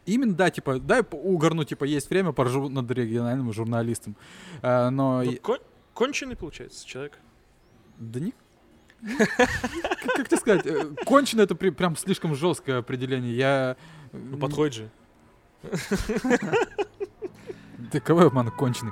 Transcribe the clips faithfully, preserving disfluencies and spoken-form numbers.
Именно, да, типа, дай угорну, типа, есть время, поржу над региональным журналистом. А, но... Ну, кон- конченый, получается, человек. Да не... Как, как тебе сказать? Конченый — это при, прям слишком жесткое определение. Я... Ну, подходит же. Да кого я обману, конченый?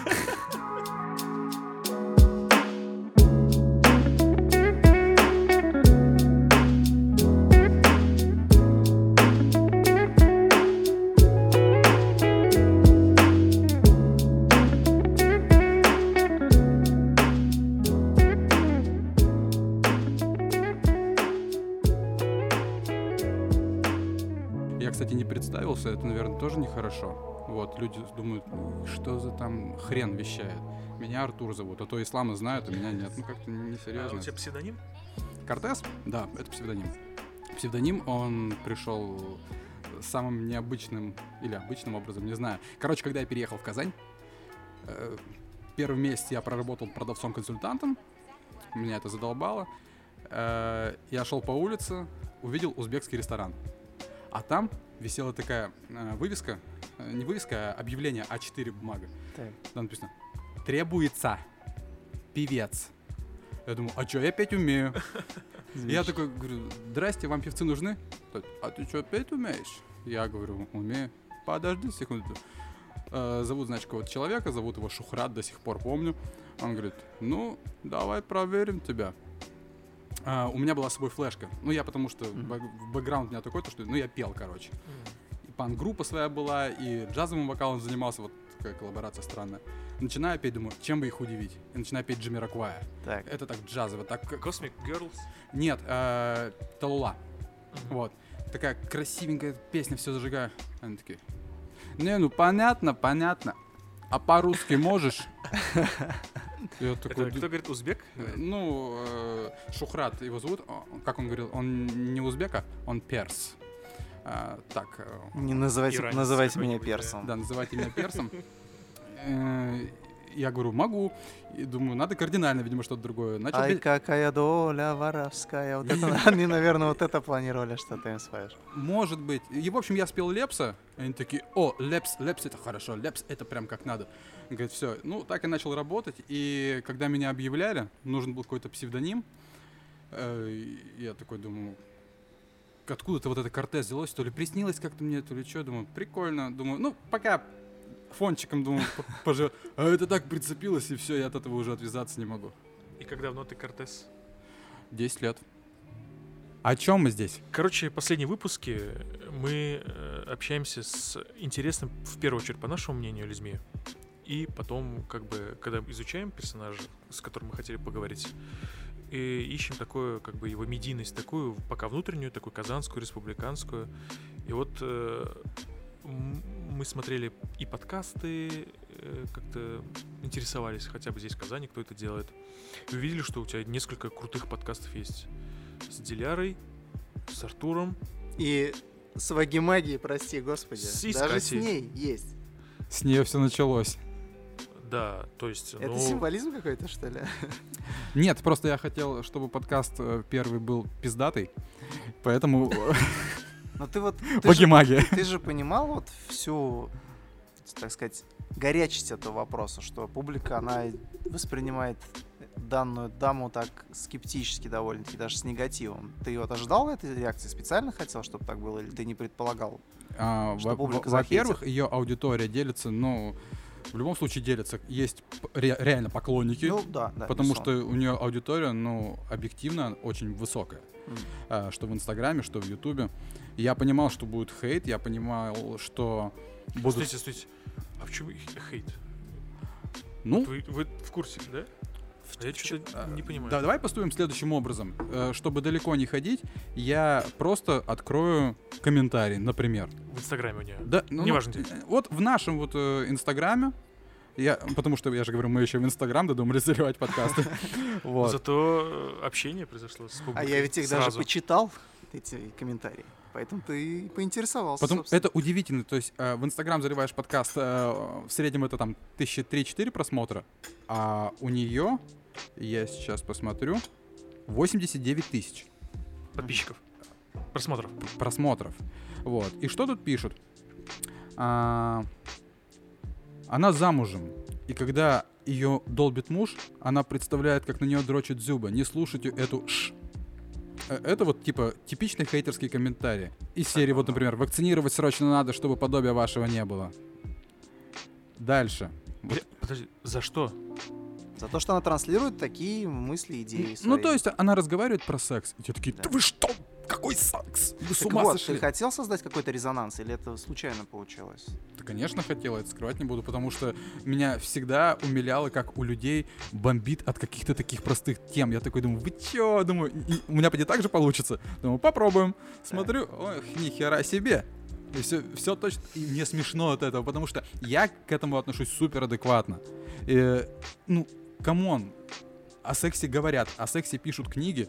Я, кстати, не представился, это, наверное, тоже нехорошо. Вот, люди думают, что за там хрен вещает. Меня Артур зовут, а то Ислама знают, а меня нет. Ну, как-то несерьезно. А у тебя псевдоним? Кортес? Да, это псевдоним. Псевдоним, он пришел самым необычным, или обычным образом, не знаю. Короче, когда я переехал в Казань, первый месяц я проработал продавцом-консультантом, меня это задолбало. Я шел по улице, увидел узбекский ресторан. А там висела такая э, вывеска, э, не вывеска, а объявление а четыре бумага. Так. Там написано «Требуется певец». Я думаю, а что, я петь умею. Я такой говорю, здрасте, вам певцы нужны? А ты что, петь умеешь? Я говорю, умею. Подожди секунду. Э, зовут, значит, какого-то человека, зовут его Шухрат, до сих пор помню. Он говорит, ну, давай проверим тебя. Uh, у меня была с собой флешка. Ну, я потому что mm-hmm. бэк- бэкграунд у меня такой, то, что ну, я пел, короче. Mm-hmm. И панк-группа своя была, и джазовым вокалом занимался, вот такая коллаборация странная. Начинаю петь, думаю, чем бы их удивить? И начинаю петь Джамироквая. Так. Это так джазово. Так... Cosmic Girls? Нет, э- Талула. Mm-hmm. Вот. Такая красивенькая песня, все зажигаю. Они такие, не, ну понятно, понятно. А по-русски можешь? Я такой, это кто говорит, узбек? Ну, э, Шухрат его зовут. Как он говорил, он не узбек, а он перс. А, так. Не называйте, называйте меня персом. Да, называйте меня персом. Я говорю, могу. И думаю, надо кардинально, видимо, что-то другое. Начал Ай, петь... какая доля воровская. Вот это, они, наверное, вот это планировали, что ты им споешь. Может быть. И, в общем, я спел Лепса. И они такие, о, Лепс, Лепс это хорошо, Лепс это прям как надо. Говорит, все. Ну, так и начал работать. И когда меня объявляли, нужен был какой-то псевдоним. Я такой думаю, откуда-то вот это Кортес взялось, то ли приснилось как-то мне, то ли что. Думаю, прикольно. Думаю, ну, пока... фончиком, думаю, пожалуй. А это так прицепилось, и все, я от этого уже отвязаться не могу. И как давно ты Кортес? Десять лет. О чем мы здесь? Короче, последние выпуски мы э, общаемся с интересным, в первую очередь, по нашему мнению, людьми. И потом, как бы, когда изучаем персонажа, с которым мы хотели поговорить, и ищем такую, как бы, его медийность, такую, пока внутреннюю, такую казанскую, республиканскую. И вот... Э, мы смотрели и подкасты, как-то интересовались хотя бы здесь, в Казани, кто это делает. И увидели, что у тебя несколько крутых подкастов есть. С Дилярой, с Артуром. И с Ваги-Маги, прости господи. С Даже с ней есть. С нее все началось. Да, то есть... Это ну... символизм какой-то, что ли? Нет, просто я хотел, чтобы подкаст первый был пиздатый, поэтому... Но ты вот... Ваги-Маги. Ты же понимал вот всю, так сказать, горячесть этого вопроса, что публика, она воспринимает данную даму так скептически довольно-таки, даже с негативом. Ты вот ожидал этой реакции? Специально хотел, чтобы так было, или ты не предполагал, а, что публика в- Во-первых, ее аудитория делится, ну, в любом случае делится. Есть ре- реально поклонники, ну, да, да, потому безусловно. что у нее аудитория, ну, объективно очень высокая. Mm. А, что в Инстаграме, что в Ютубе. Я понимал, что будет хейт, я понимал, что будут... Стойте, стойте. А почему хейт? Ну, Вы, вы в курсе, да? А я что-то не понимаю. Да, давай поступим следующим образом. Э, Чтобы далеко не ходить, я просто открою комментарий, например. В Инстаграме у нее. Да, ну, Неважно ну, где. Вот в нашем вот э, Инстаграме, я, потому что, я же говорю, мы еще в Инстаграм додумали заливать подкасты. Вот. Зато общение произошло с публикой. А я ведь их сразу. даже почитал, эти комментарии. Поэтому ты поинтересовался, Потом собственно. это удивительно, то есть э, в Инстаграм заливаешь подкаст, э, в среднем это там тысяча три-четыре просмотра, а у нее, я сейчас посмотрю, восемьдесят девять тысяч Подписчиков. Просмотров. просмотров. Вот. И что тут пишут? а, она замужем, и когда ее долбит муж, она представляет, как на нее дрочит зубы. Не слушайте эту ш. Э, Это вот типа типичный хейтерский комментарий. Из серии, вот, например, вакцинировать срочно надо, чтобы подобия вашего не было. Дальше. Бля, подожди, за что? За то, что она транслирует такие мысли, идеи свои. Ну, то есть она разговаривает про секс, и те такие, Да. да вы что? Какой секс? Вы с Так ума вот, сошли? ты хотел создать какой-то резонанс, или это случайно получилось? Да, конечно, хотела, это скрывать не буду, потому что меня всегда умиляло, как у людей бомбит от каких-то таких простых тем. Я такой думаю, вы чё? Думаю, и у меня поди так же получится. Думаю, попробуем. Смотрю, ох, нихера себе. И все, все точно. И мне смешно от этого, потому что я к этому отношусь супер адекватно. И, ну, камон, о сексе говорят, о сексе пишут книги.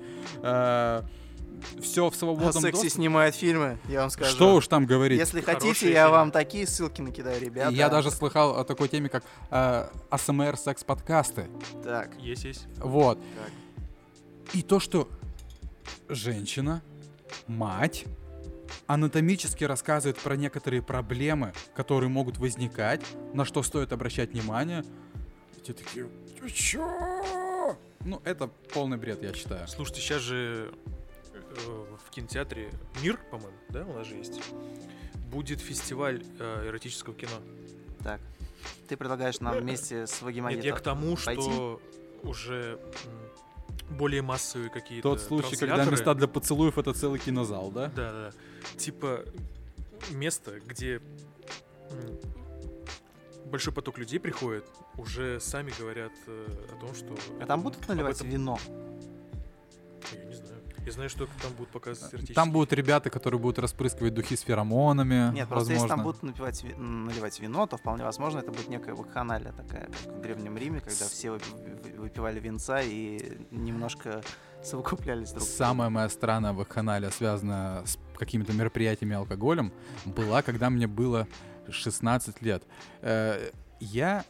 Все в А свободном сексе доступе. снимают фильмы, я вам скажу. Что уж там говорить. Если Хорошие хотите, я фильмы. вам такие ссылки накидаю, ребята. Я даже слыхал о такой теме, как э, эй эс эм ар секс-подкасты. Так, Есть, есть. Вот. так. И то, что женщина, мать, анатомически рассказывает про некоторые проблемы, которые могут возникать, на что стоит обращать внимание. И те такие, «Ты чё?» Ну, это полный бред, я считаю. Слушайте, сейчас же э, в кинотеатре «Мир», по-моему, да, у нас же есть, будет фестиваль э, эротического кино. Так. Ты предлагаешь нам вместе с Нет, Вагиманитом я к тому, пойти? что уже м, более массовые какие-то Тот случай, когда трансляторы. места для поцелуев — это целый кинозал, да? Да, да. Типа место, где м, большой поток людей приходит, уже сами говорят э, о том, что... А там будут наливать об этом- вино? Я не знаю. Я знаю, что там будут показывать эротические. Там будут ребята, которые будут распрыскивать духи с феромонами. Нет, просто если возможно. там будут напивать, ви- м, наливать вино, то вполне возможно это будет некая вакханалия такая, как в Древнем Риме, когда все выпи- вы- выпивали винца и немножко совокуплялись друг с другом. Самая моя странная вакханалия, связанная с какими-то мероприятиями и алкоголем, была, когда мне было шестнадцать лет. Э, Я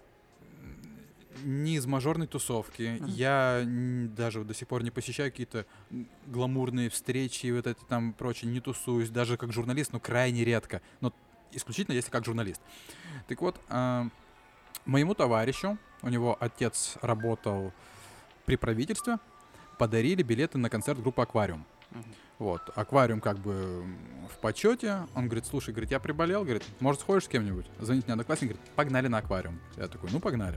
не из мажорной тусовки, Мгм. я н- даже вот до сих пор не посещаю какие-то м, гламурные встречи и вот эти там прочее, не тусуюсь, даже как журналист, но крайне редко, но исключительно если как журналист. Так вот, а, моему товарищу, у него отец работал при правительстве, подарили билеты на концерт группы «Аквариум». Мгм. Вот, «Аквариум» как бы м, в почете. Он говорит, слушай, говорит, я приболел, говорит, может, сходишь с кем-нибудь? Звонит мне одноклассник, говорит, погнали на «Аквариум». Я такой, ну, погнали.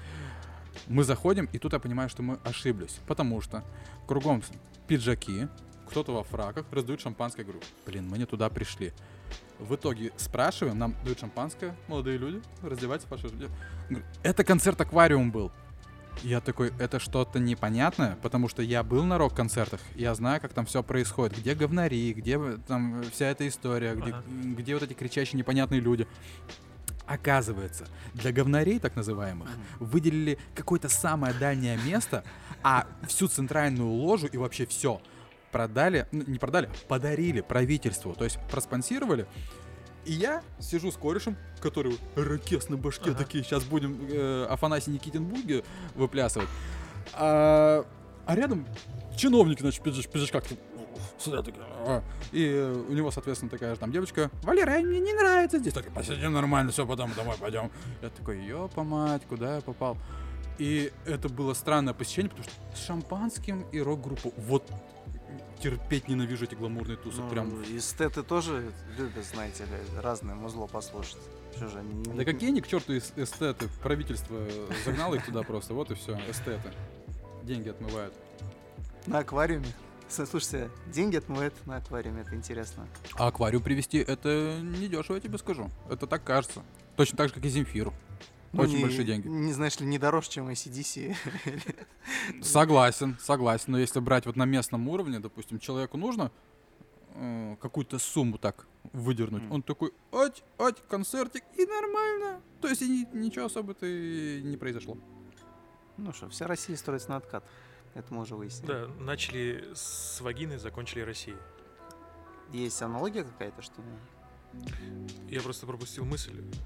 Мы заходим, и тут я понимаю, что мы ошиблись, потому что кругом пиджаки, кто-то во фраках, раздают шампанское. Я говорю, блин, мы не туда пришли. В итоге спрашиваем, нам дают шампанское, молодые люди, раздевайтесь, Паша. Говорю, это концерт «Аквариум» был. Я такой, это что-то непонятное, потому что я был на рок-концертах, я знаю, как там все происходит, где говнари, где э, там вся эта история, где, Ага. м, где вот эти кричащие непонятные люди. Оказывается, для говнарей, так называемых, выделили какое-то самое дальнее место, а всю центральную ложу и вообще все продали, ну, не продали, а подарили правительству, то есть проспонсировали. И я сижу с корешем, который ракес на башке, Ага. такие, сейчас будем э, Афанасий Никитин Буги выплясывать. А, а рядом чиновники, значит, пиджач, пиджачках, сюда такие, а. И э, у него, соответственно, такая же там девочка, Валера, мне не нравится здесь. Так, посидим нормально, все, потом домой пойдем. Я такой, ёпа мать, куда я попал? И это было странное посещение, потому что с шампанским и рок-группу. Вот терпеть ненавижу эти гламурные тусы. Ну, Прям. эстеты тоже любят, знаете ли, разное музло послушать. Что же, они не- Да какие они к черту эс- эстеты? Правительство загнало их туда просто. Вот и все, эстеты. Деньги отмывают. На аквариуме. С- Слушайте, деньги отмывают на аквариуме, это интересно. А аквариум привезти это недешево, я тебе скажу. Это так кажется. Точно так же, как и Земфиру. Очень не, большие деньги. Не знаешь ли, не дороже, чем эй си ди си. Согласен, согласен. Но если брать вот на местном уровне, допустим, человеку нужно э, какую-то сумму так выдернуть, Мгм. он такой, ать, ать, концертик, и нормально. То есть и ни- ничего особо-то и не произошло. Ну что, вся Россия строится на откат. Это мы уже выяснили. Да, начали с вагины, закончили Россией. Есть аналогия какая-то, что ли? Я просто пропустил мысль.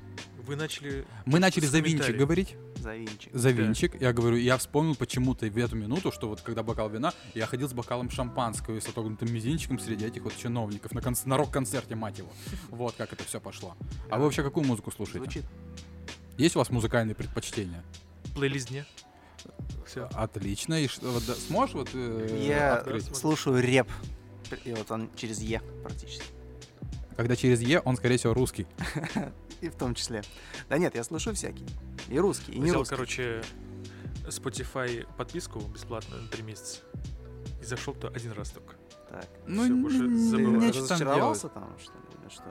Вы начали... Мы начали с за винчик комментариев. говорить. За винчик. За винчик. Я говорю, я вспомнил почему-то в эту минуту, что вот когда бокал вина, я ходил с бокалом шампанского и с отогнутым мизинчиком среди этих вот чиновников на, кон- на рок-концерте, мать его. Вот как это все пошло. А вы вообще какую музыку слушаете? Звучит. Есть у вас музыкальные предпочтения? Плейлист дня. Все. Отлично. И что, вот, да, сможешь вот э, Я открыть? слушаю рэп. И вот он через Е практически. Когда через Е, он, скорее всего, русский. И в том числе. Да нет, я слушаю всякие. И русские, и не Взял, русские. короче, Spotify подписку бесплатно на три месяца. И зашел-то один раз только. Так. Ну, Всё, больше не- забываю. нечего там делать. Разочаровался там, что ли, или что?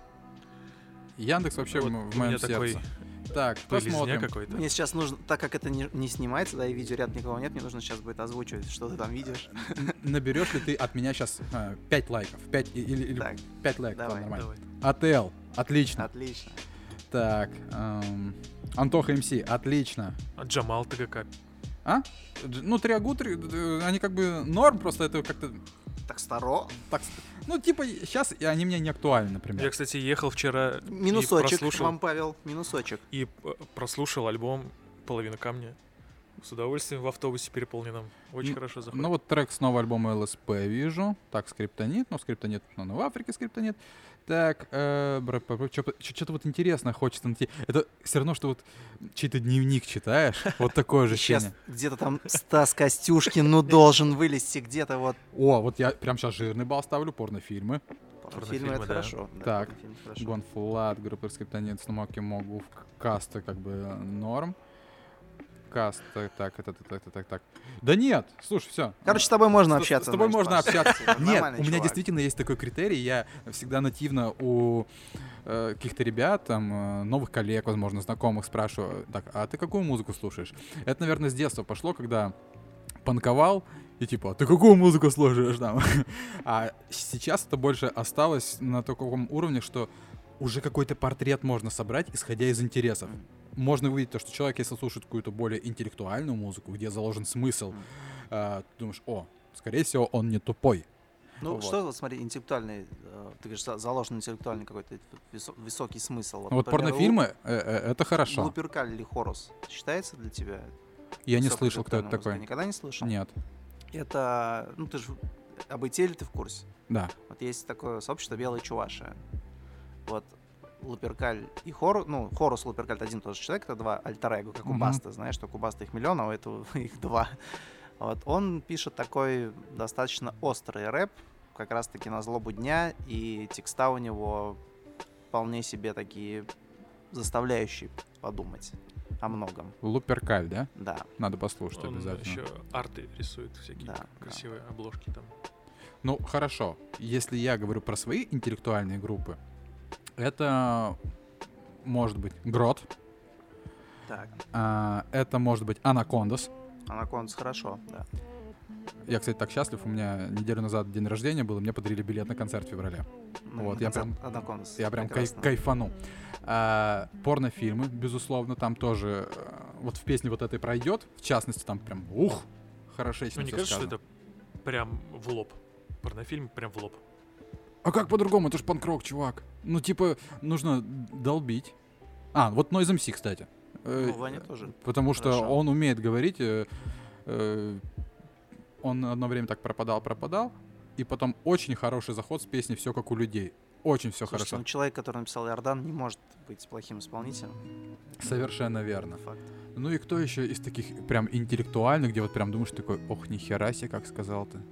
Яндекс вообще Вот в, у в моем меня такой сердце. Так, плейлист дня посмотрим. какой-то. Мне сейчас нужно, так как это не, не снимается, да, и видеоряд никого нет, мне нужно сейчас будет озвучивать, что ты там видишь. Н- Наберешь ли ты от меня сейчас пять лайков? пять или, или Так, пять лайков, давай, ладно, нормально. Давай. АТЛ, отлично. отлично. Так, эм, Антоха МС, отлично. А Джамал ТГК. А? Дж- Ну, Триагу, три- э, они как бы норм, просто это как-то Так старо. так... с- Ну, типа, сейчас они мне не актуальны, например. Я, кстати, ехал вчера и Минусочек прослушал, вам, Павел, минусочек. и э, прослушал альбом «Половина камня». С удовольствием в автобусе переполненном. Очень Ну, хорошо заходит. Ну, вот трек с нового альбома ЛСП вижу. Так, скриптонит. Ну, скриптонит, ну, в Африке скриптонит. Так, что-то вот интересно хочется найти. Это все равно, что вот чей-то дневник читаешь. Вот такое же Сейчас ощущение. где-то там Стас Костюшкин, ну, должен вылезти где-то вот. О, вот я прям сейчас жирный балл ставлю, порнофильмы. Фильмы, это да. хорошо. да, Так. порнофильмы хорошо. Гонфлат, группа скриптонит, Сномоки Могу, каста как бы норм. Каста, так, это, так, так, так, так. Да нет, слушай, все. Короче, с тобой можно С- общаться. С тобой значит, можно Паш. общаться. Нет, Нормальный у меня чувак. действительно есть такой критерий. Я всегда нативно у э, каких-то ребят, там, э, новых коллег, возможно, знакомых спрашиваю, так, а ты какую музыку слушаешь? Это, наверное, с детства пошло, когда панковал, и типа, ты какую музыку слушаешь там? А сейчас это больше осталось на таком уровне, что уже какой-то портрет можно собрать, исходя из интересов. Можно увидеть то, что человек, если слушает какую-то более интеллектуальную музыку, где заложен смысл, э, ты думаешь, о, скорее всего, он не тупой. Ну, Вот. что, вот смотри, интеллектуальный, э, ты говоришь, за- заложен интеллектуальный какой-то висо- высокий смысл. Вот например, порнофильмы, э, э, это хорошо. Луперкаль или Хорус считается для тебя? Я не слышал, кто это высокоинтеллектуальной музыкой? такой. Никогда не слышал? Нет. Это, ну, ты же об Ителе ты в курсе. Да. Вот есть такое сообщество «Белая Чувашия». Вот Луперкаль и Хорус, ну, Хорус и Луперкаль — это один и тот же человек, это два альтер-эго, как у Мгм. Басты, знаешь, что у Басты их миллион, а у этого их два. Вот, он пишет такой достаточно острый рэп, как раз-таки на злобу дня, и текста у него вполне себе такие заставляющие подумать о многом. Луперкаль, да? Да, Надо послушать Он обязательно. еще арты рисует всякие Да, красивые обложки там. Ну, хорошо. Если я говорю про свои интеллектуальные группы, это может быть Грот, так, а, это может быть Анакондас. Анакондас хорошо, да. Я, кстати, так счастлив, у меня неделю назад день рождения был, и мне подарили билет на концерт в феврале. На Вот, я концерт прям- Анакондас. Я прям кай- Прекрасно. кайфану. А, порнофильмы, безусловно, там тоже э, вот в песне вот этой пройдет, в частности, там прям ух, хорошечно Ну, не всё кажется, что сказано. это прям в лоб? Порнофильм прям в лоб. А как по-другому? Это ж панк-рок, чувак. Ну, типа, нужно долбить. А, вот Noise эм си, кстати. Э, Ну, Ваня тоже. Потому что Хорошо. он умеет говорить. э, э, он одно время так пропадал-пропадал. И потом очень хороший заход с песней «Все как у людей». Очень все Слушайте, хорошо. ну, человек, который написал Иордан, не может быть плохим исполнителем. Совершенно верно. Это факт. Ну и кто еще из таких прям интеллектуальных, где вот прям думаешь такой, ох, нихера себе, как сказал ты.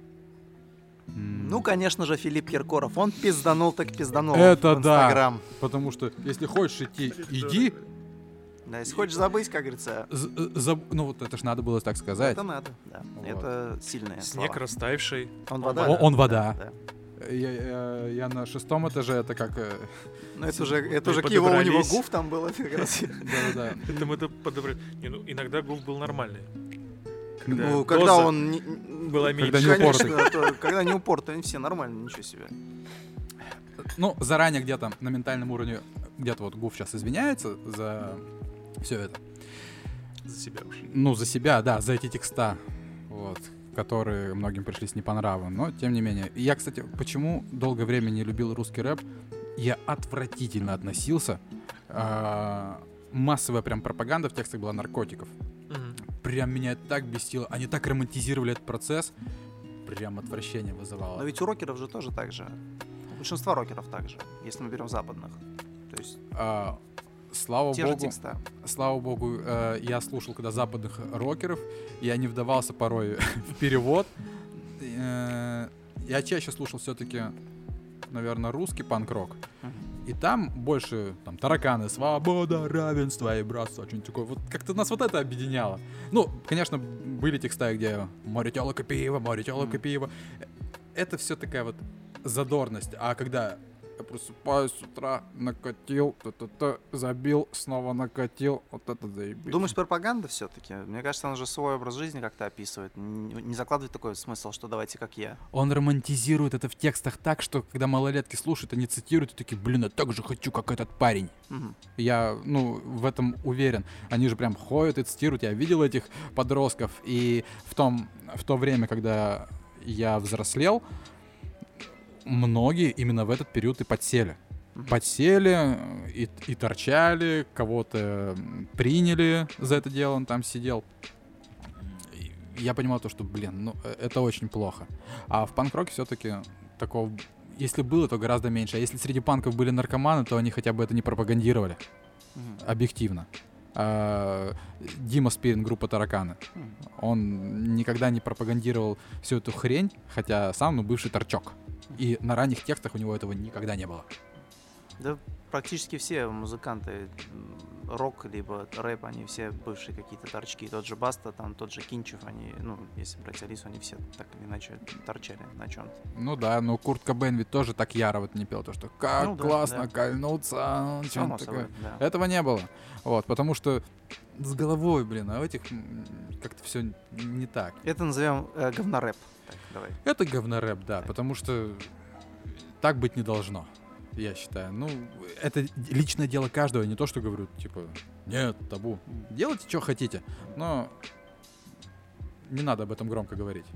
М, Ну, конечно же, Филипп Киркоров. Он пизданул так пизданул Это в да. Инстаграм. Потому что если хочешь идти, иди. Да, если хочешь забыть, как говорится, З- э, заб- Ну вот это ж надо было так сказать. это надо. Да. Вот. Это сильное Снег слово. растаявший. Он Он вода. О- он вода. Да. Я, я- я на шестом этаже, это как... э, Ну, это уже, это Мы уже к его, у него подобрались. гуф там было. как раз. Да-да-да. Это мы это подобрали. Не, ну, иногда гуф был нормальный. Когда Ну, когда доза он... не- была Когда меньше. не упортый. Конечно, то- когда не упорт, они все нормально, ничего себе. Ну, заранее где-то на ментальном уровне, где-то вот Гуф сейчас извиняется за все это. За себя уж. Ну, за себя, да, за эти текста, вот, которые многим пришлись не по нраву. Но, тем не менее. И я, кстати, почему долгое время не любил русский рэп? я отвратительно относился. А, массовая прям пропаганда в текстах была наркотиков. Мгм. Прям меня это так бесило. Они так романтизировали этот процесс. Прям отвращение вызывало. Но ведь у рокеров же тоже так же. У большинства рокеров так же, если мы берем западных. То есть А, слава те же богу, текста. слава богу, э, я слушал когда западных рокеров, я не вдавался порой в перевод. Э, Я чаще слушал все-таки, наверное, русский панк-рок. Мгм. И там больше там тараканы, свобода, равенство и братство, что-нибудь такое. Вот как-то нас вот это объединяло. Ну, конечно, были тексты, где море тёлок и пиво, море тёлок и Мгм. пиво. Это все такая вот задорность. А когда я просыпаюсь с утра, накатил, та-та-та, забил, снова накатил, вот это заебись. Думаешь, пропаганда все-таки? Мне кажется, он же свой образ жизни как-то описывает. Н- Не закладывает такой смысл, что давайте как я. Он романтизирует это в текстах так, что когда малолетки слушают, они цитируют и такие, блин, я так же хочу, как этот парень. Мгм. Я, ну, в этом уверен. Они же прям ходят и цитируют. Я видел этих подростков. И в, том, в то время, когда я взрослел, многие именно в этот период и подсели. Мгм. Подсели и, и торчали, кого-то м, приняли за это дело, он там сидел. И я понимал то, что, блин, ну, э, это очень плохо. А в панк-роке все-таки такого, если было, то гораздо меньше. А если среди панков были наркоманы, то они хотя бы это не пропагандировали. Мгм. Объективно. А, Дима Спирин, группа «Тараканы». Мгм. Он никогда не пропагандировал всю эту хрень, хотя сам, ну, бывший торчок. И на ранних текстах у него этого никогда не было. Да практически все музыканты, м, рок либо рэп, они все бывшие какие-то торчки. Тот же Баста, там тот же Кинчев, они, ну, если брать Алису, они все так или иначе торчали на чем-то. Ну да, но Курт Кобейн ведь тоже так яро вот не пел, то что как Ну да, классно да. кольнуться, Само что-нибудь такое. собой, да. Этого не было. Вот, потому что с головой, блин, а у этих м, как-то все не так. Это назовем э, говнорэп. Так, давай. Это говнорэп, да, потому что так быть не должно, я считаю. Ну, это личное дело каждого, не то, что говорю, типа, нет, табу. Делайте, что хотите, но не надо об этом громко говорить.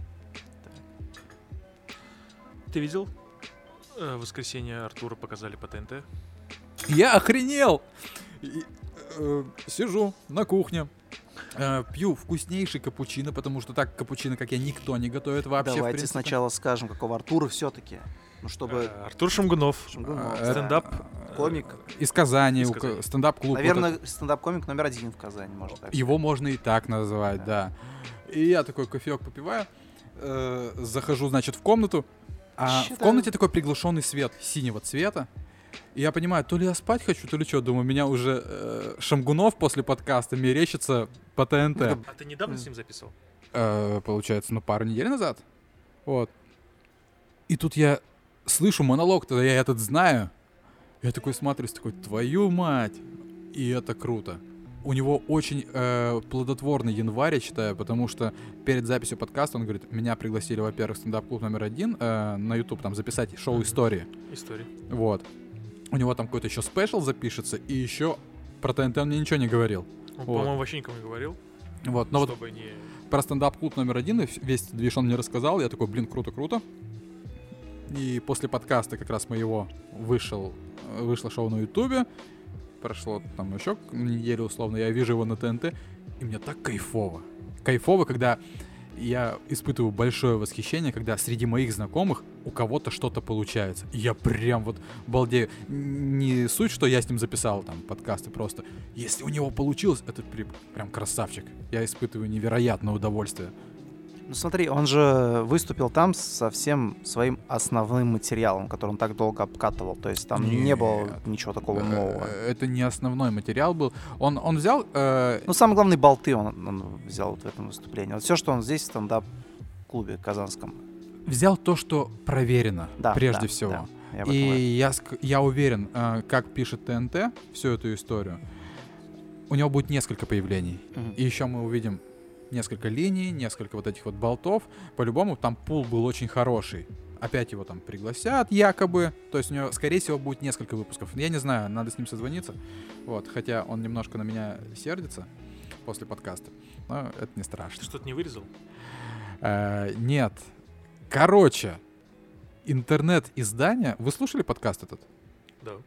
Ты видел? э, В воскресенье Артура показали по ТНТ. Я охренел! И, э, сижу на кухне, э, пью вкуснейший капучино, потому что так капучино, как я, никто не готовит вообще, в Давайте принципе. сначала скажем, какого Артура все-таки. Ну, чтобы... Э, Артур Шамгунов. Шамгунов, Э, да. стендап. Комик. Из Казани, Из у ка- Казани. стендап-клуб. вот Наверное, стендап-комик номер один в Казани, можно так Его можно и так назвать, Да. да. И я такой кофеек попиваю, э, захожу, значит, в комнату, а Чё в там? комнате такой приглушенный свет синего цвета. И я понимаю, то ли я спать хочу, то ли что. Думаю, меня уже э, Шамгунов после подкаста мерещится по ТНТ. А ты недавно с ним записывал? Э, получается, ну, пару недель назад. Вот. И тут я слышу монолог, тогда я этот знаю. Я такой смотрюсь, такой, твою мать. И это круто. У него очень э, плодотворный январь, я считаю, потому что перед записью подкаста он говорит, меня пригласили, во-первых, в стендап-клуб номер один э, на YouTube там записать шоу «Истории». История. Вот. У него там какой-то еще спешл запишется, и еще про ТНТ он мне ничего не говорил. Он, Вот. по-моему, вообще никому не говорил. Вот. Но вот чтобы не... про стендап-клуб номер один и вс- весь этот движ он мне рассказал. Я такой, блин, круто-круто. И после подкаста как раз моего вышел, э, вышло шоу на Ютубе. Прошло там еще неделю условно. Я вижу его на ТНТ. И мне так кайфово. Кайфово, когда я испытываю большое восхищение, когда среди моих знакомых у кого-то что-то получается. И я прям вот балдею. Не суть, что я с ним записал там подкасты, просто если у него получилось, это при- прям красавчик. Я испытываю невероятное удовольствие. Ну смотри, он же выступил там со всем своим основным материалом, который он так долго обкатывал. То есть там не было Нет. ничего такого Э, нового. Это не основной материал был. Он, он взял... э, Ну, самые главные болты он, он взял вот в этом выступлении. Вот все, что он здесь в стендап-клубе казанском. взял то, что проверено, Да, прежде да, всего. да, я об И этом говорю. я, ск- я уверен, э, как пишет ТНТ всю эту историю, у него будет несколько появлений. Мгм. И еще мы увидим несколько линий, несколько вот этих вот болтов. По-любому там пул был очень хороший. Опять его там пригласят, якобы. То есть у него, скорее всего, будет несколько выпусков. Я не знаю, надо с ним созвониться. Вот, хотя он немножко на меня сердится после подкаста. Но это не страшно. Ты что-то не вырезал? Э, нет. Короче, интернет-издание... Вы слушали подкаст этот? Да.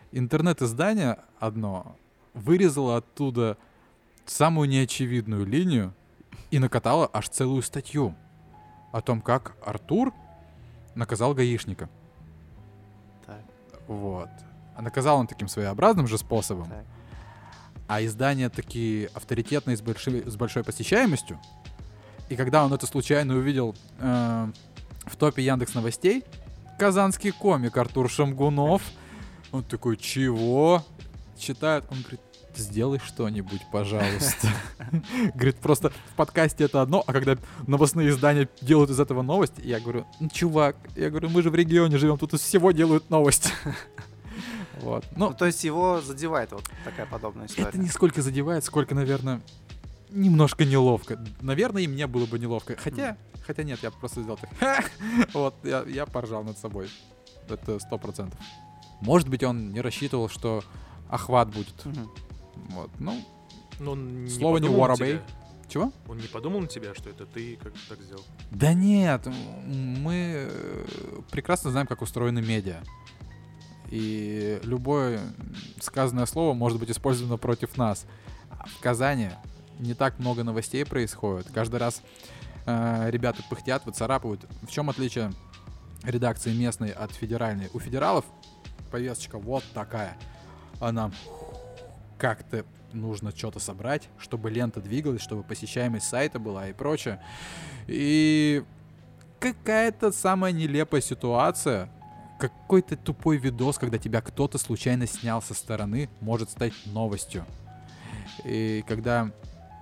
интернет-издание одно вырезало оттуда самую неочевидную линию и накатало аж целую статью о том, как Артур наказал гаишника. Так. Вот. А наказал он таким своеобразным же способом. Так. А издания такие авторитетные, с большой, с большой посещаемостью. И когда он это случайно увидел э, в топе Яндекс.Новостей, казанский комик Артур Шамгунов, он такой, чего? Читает, он говорит, сделай что-нибудь, пожалуйста. Говорит, просто в подкасте это одно, а когда новостные издания делают из этого новость, я говорю, ну, чувак, я говорю, мы же в регионе живем, тут из всего делают новости. Вот. Ну, то есть его задевает вот такая подобная история. Это не сколько задевает, сколько, наверное, немножко неловко. Наверное, и мне было бы неловко. Хотя, хотя нет, я просто сделал так. Вот, я, я поржал над собой. Это сто процентов. Может быть, он не рассчитывал, что охват будет. Мгм. Вот, ну, Но он не слово не подумал на воробей. тебя? Чего? Он не подумал на тебя, что это ты как так сделал? Да нет, м- мы э, прекрасно знаем, как устроены медиа. И любое сказанное слово может быть использовано против нас. А в Казани не так много новостей происходит. Каждый раз э, ребята пыхтят, выцарапывают. В чем отличие редакции местной от федеральной? У федералов повесточка вот такая. А нам как-то нужно что-то собрать, чтобы лента двигалась, чтобы посещаемость сайта была и прочее. И какая-то самая нелепая ситуация, какой-то тупой видос, когда тебя кто-то случайно снял со стороны, может стать новостью. И когда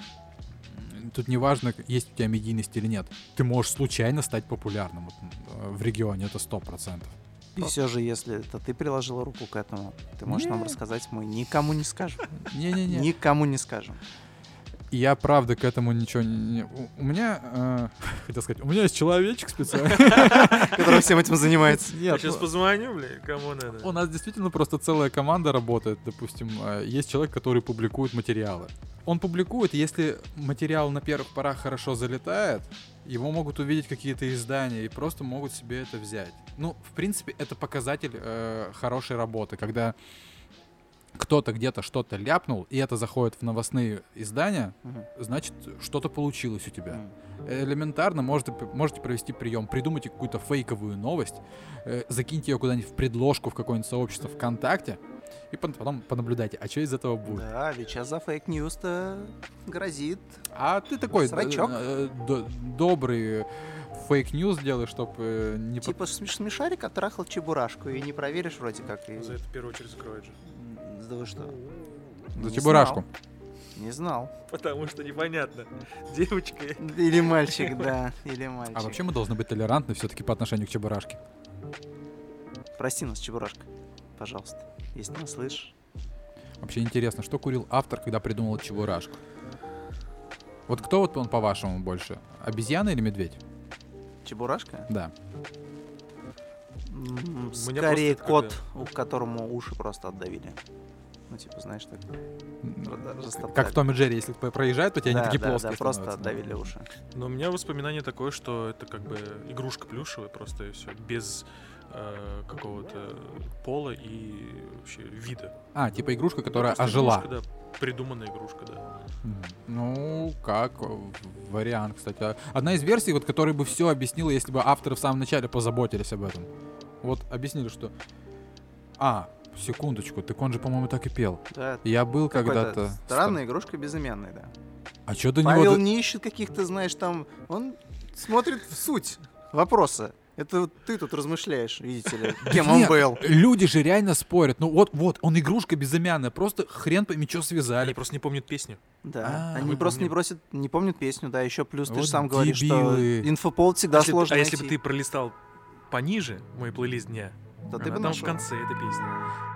тут не важно, есть у тебя медийность или нет, ты можешь случайно стать популярным вот, э, в регионе, это сто процентов. И все же, если это ты приложила руку к этому, ты можешь нам Не. рассказать, мы никому не скажем. Не-не-не. Никому не скажем. И я правда к этому ничего не... У, у меня, э, хотел сказать, у меня есть человечек специально. Который всем этим занимается. Я Нет, сейчас ну, позвоню, бля, кому надо. у нас действительно просто целая команда работает. Допустим, э, есть человек, который публикует материалы. Он публикует, и если материал на первых порах хорошо залетает, его могут увидеть какие-то издания и просто могут себе это взять. Ну, в принципе, это показатель э, хорошей работы, когда кто-то где-то что-то ляпнул, и это заходит в новостные издания, Мгм. значит, что-то получилось у тебя. Мгм. Элементарно можете, можете провести прием, придумайте какую-то фейковую новость, э, закиньте ее куда-нибудь в предложку в какое-нибудь сообщество ВКонтакте, и пон- потом понаблюдайте, а что из этого будет. Да, ведь сейчас за фейк-ньюс-то грозит. А ты такой Срачок. э, э, до- добрый фейк-ньюс делаешь, чтобы не... по- Типа смеш- смешарик оттрахал чебурашку, и не проверишь вроде как. И... За это в первую очередь закроют же. Да вы что? За Не чебурашку. знал. Не знал. Потому что непонятно. Девочка. Или мальчик, да, или мальчик. А вообще мы должны быть толерантны все-таки по отношению к чебурашке. Прости нас, чебурашка, пожалуйста, если ты нас слышишь. Вообще интересно, что курил автор, когда придумал чебурашку? Вот кто вот он, по-вашему, больше? Обезьяна или медведь? Чебурашка? Да. М, У меня Скорее просто кот, у которому уши просто отдавили. Ну, типа, знаешь, так. Р- растоптали. Как в Том и Джерри, если кто проезжает, то тебя Да, они такие да, плоские да, просто становятся. отдавили уши. Но у меня воспоминание такое, что это как бы игрушка плюшевая просто и все. Без э, какого-то пола и вообще вида. А, типа игрушка, которая Просто ожила. игрушка, да, придуманная игрушка, да. Мгм. Ну, как э, вариант, кстати. А Одна из версий, вот, которая бы все объяснила, если бы авторы в самом начале позаботились об этом. Вот объяснили, что... А, секундочку, так он же, по-моему, так и пел. Да, Я был какой-то когда-то... странная игрушка безымянная, да. А что до Павел него... не ищет каких-то, знаешь, там... Он смотрит в суть вопроса. Это вот ты тут размышляешь, видите ли, кем он Нет, был. Люди же реально спорят. Ну вот, вот, он игрушка безымянная. Просто хрен пойми, что связали. Они просто не помнят песню. Да, А, они мы просто не помним. просят, не помнят песню, да, еще плюс ты Вот же сам говоришь, что дебилы. инфоповод всегда Если бы- сложно а если бы найти. ты пролистал пониже мой плейлист дня, то ты она бы там в нашел. конце эта песня.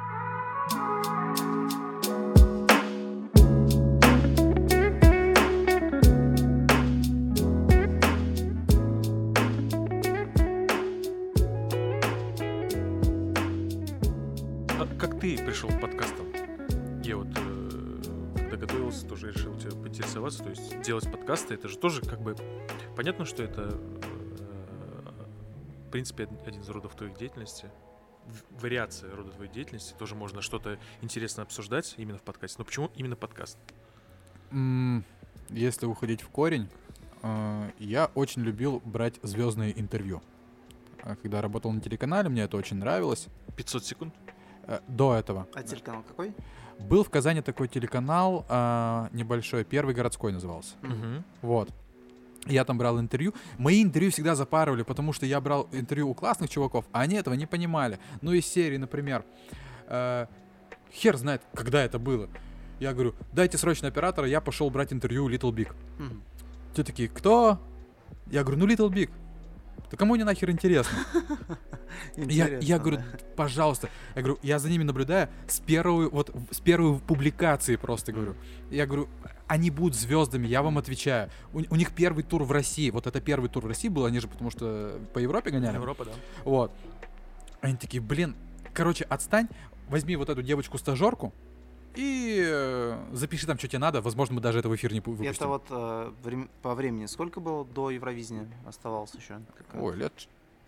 А как ты пришел к подкастам? Я вот, э, когда готовился, тоже решил тебя поинтересоваться. То есть делать подкасты, это же тоже как бы... Понятно, что это, э, в принципе, од- один из родов твоей деятельности. в- вариации рода твоей деятельности тоже можно что-то интересно обсуждать именно в подкасте. Но почему именно подкаст? М, Если уходить в корень, э, я очень любил брать звездные интервью. А Когда работал на телеканале, мне это очень нравилось. пятьсот секунд? Э, До этого. А телеканал какой? Был в Казани такой телеканал э, небольшой, Первый городской назывался. Мгм. Вот. Я там брал интервью. Мои интервью всегда запарывали, потому что я брал интервью у классных чуваков, а они этого не понимали. Ну, из серии, например, э, хер знает, когда это было. Я говорю, дайте срочно оператора, я пошел брать интервью у Little Big. Мгм. Те такие, кто? Я говорю, ну Little Big. Да кому не нахер интересно? Я, я Интересно, говорю, да. пожалуйста. Я говорю, я за ними наблюдаю с первой, вот, в- с первой публикации просто говорю. Я говорю, они будут звездами, я вам отвечаю. У, у них первый тур в России. Вот это первый тур в России был, они же потому что по Европе гоняли. Европа, да. Вот. Они такие, блин, короче, отстань, возьми вот эту девочку-стажерку и э, запиши там, что тебе надо. Возможно, мы даже это в эфир не пу- выпустим. Это вот э, врем- по времени сколько было до Евровидения оставалось еще? Какая- Ой, лет... ч-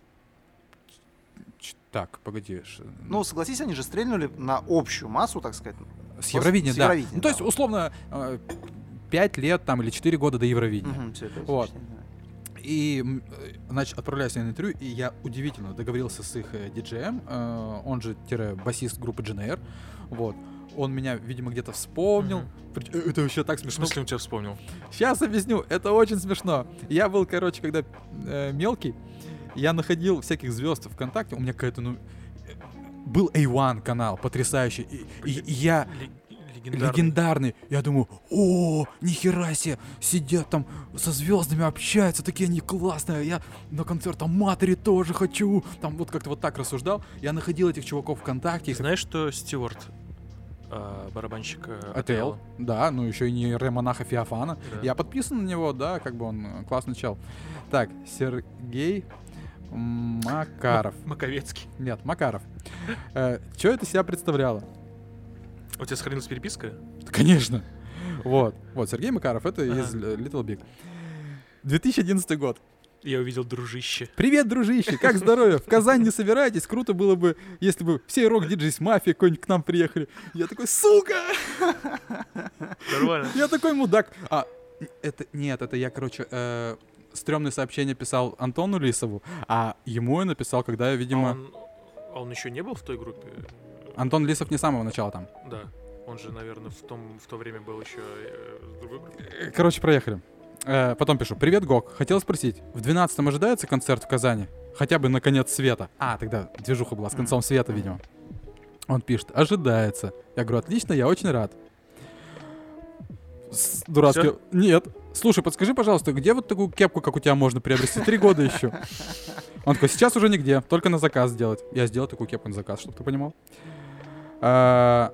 ч- Так, погоди. ш- Ну, согласись, они же стрельнули на общую массу, так сказать. с после- Евровидения, с да. Евровидения, Ну, то есть, да. условно, пять лет там или четыре года до Евровидения. Мгм, всё, это Вот. очень, да. И, м, э, значит, отправляюсь я на интервью, и я удивительно договорился с их э, диджеем, э, он же тире басист группы джи эн эй ар, вот. Он меня, видимо, где-то вспомнил. Мгм. Прич- э, Это вообще так В смешно. смысле он тебя вспомнил? Сейчас объясню, это очень смешно. Я был, короче, когда э, мелкий, я находил всяких звезд ВКонтакте, у меня какая-то, ну, э, был эй один канал, потрясающий, и, и- и я... Ле- Легендарный. Легендарный. Я думаю, о, нихера себе, сидят там со звездами, общаются, такие они классные. Я на концерт Аматори тоже хочу. Там вот как-то вот так рассуждал. Я находил этих чуваков ВКонтакте. Ты их- знаешь, что Стюарт, а, барабанщик э, эй ти эл, да, ну еще и не Ремонаха Феофана. Да. Я подписан на него, да, как бы он э, классный чел. Так, Сергей Макаров. Маковецкий. Нет, Макаров. Что это себя представляло? У тебя сохранилась переписка? Да, конечно. Вот. Вот, Сергей Макаров, это Ага. из э, Little Big. две тысячи одиннадцатый год. Я увидел дружище. Привет, дружище, как здоровье? В Казань не собираетесь? Круто было бы, если бы все рок-диджеи с мафией какой-нибудь к нам приехали. Я такой, сука! Нормально. Я такой мудак. А, это, нет, это я, короче, э, стрёмное сообщение писал Антону Лисову, а ему я написал, когда я, А видимо... он, а он еще не был в той группе? Антон Лисов не с самого начала там. Да. Он же, наверное, в, том, в то время был еще э, в другой группе. Э, Короче, проехали. Э, потом пишу. Привет, Гок. Хотел спросить, в двенадцатом ожидается концерт в Казани? Хотя бы на конец света. А, тогда движуха была с концом света, видимо. Он пишет, ожидается. Я говорю, отлично, я очень рад. С- Дурацкий. Всё? Нет. Слушай, подскажи, пожалуйста, где вот такую кепку, как у тебя, можно приобрести? Три года ищу. Он такой, сейчас уже нигде, только на заказ сделать. Я сделал такую кепку на заказ, чтобы ты понимал. А,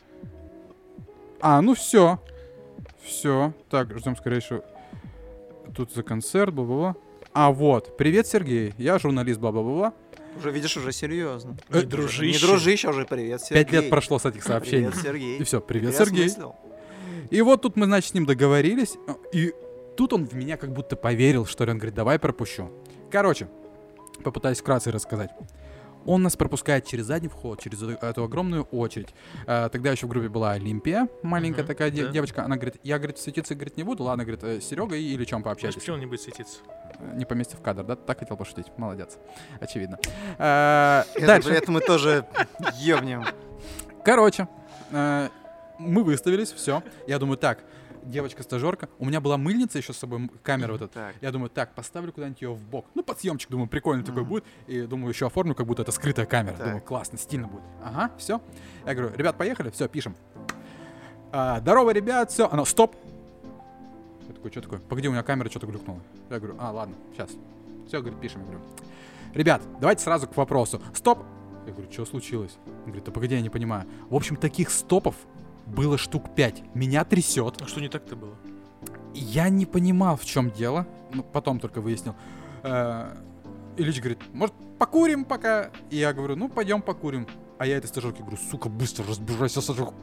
а, ну все. Все. Так, ждем скорейшего. Тут за концерт, бла-бла-бла. А вот, привет, Сергей, я журналист, бла-бла-бла. Уже видишь, уже серьезно. Э, Не дружище. Не дружище, уже привет, Сергей. Пять лет прошло с этих сообщений. Привет, Сергей. И все, привет, Сергей. Переосмыслил. И вот тут мы, значит, с ним договорились. И тут он в меня как будто поверил, что ли. Он говорит, давай пропущу. Короче, попытаюсь вкратце рассказать. Он нас пропускает через задний вход, через эту, эту огромную очередь. Э, тогда еще в группе была Олимпия, маленькая Мгм, такая де- да. девочка. Она говорит, я, говорит, светиться, говорит, не буду. Ладно, говорит, Серега и или чем Знаешь, пообщайтесь. почему он не будет светиться? Э, Не поместив в кадр, да? Так хотел пошутить. Молодец. Очевидно. Э, Это, Дальше. Это мы тоже ёбнем. Короче, э, мы выставились, все. Я думаю, так, девочка-стажерка. У меня была мыльница еще с собой, м- камера вот эта. Так. Я думаю, так, поставлю куда-нибудь ее в бок. Ну, под съемчик, думаю, прикольно такой Мгм. будет. И думаю, еще оформлю, как будто это скрытая камера. Так. Думаю, классно, стильно будет. Ага, все. Я говорю, ребят, поехали, все, пишем. А, здорово, ребят, все. Она, стоп. Я такой, что такое? Погоди, у меня камера что-то глюкнула. Я говорю, а, ладно, сейчас. Все, говорит, пишем. Я говорю, ребят, давайте сразу к вопросу. Стоп. Я говорю, что случилось? Он говорит, да погоди, я не понимаю. В общем, таких стопов было штук пять. Меня трясет. А что не так-то было? Я не понимал, в чем дело. Ну, потом только выяснил. Э, Ильич говорит, может, покурим пока? И я говорю, ну, пойдем покурим. А я этой стажерке говорю, сука, быстро разбирайся с этим.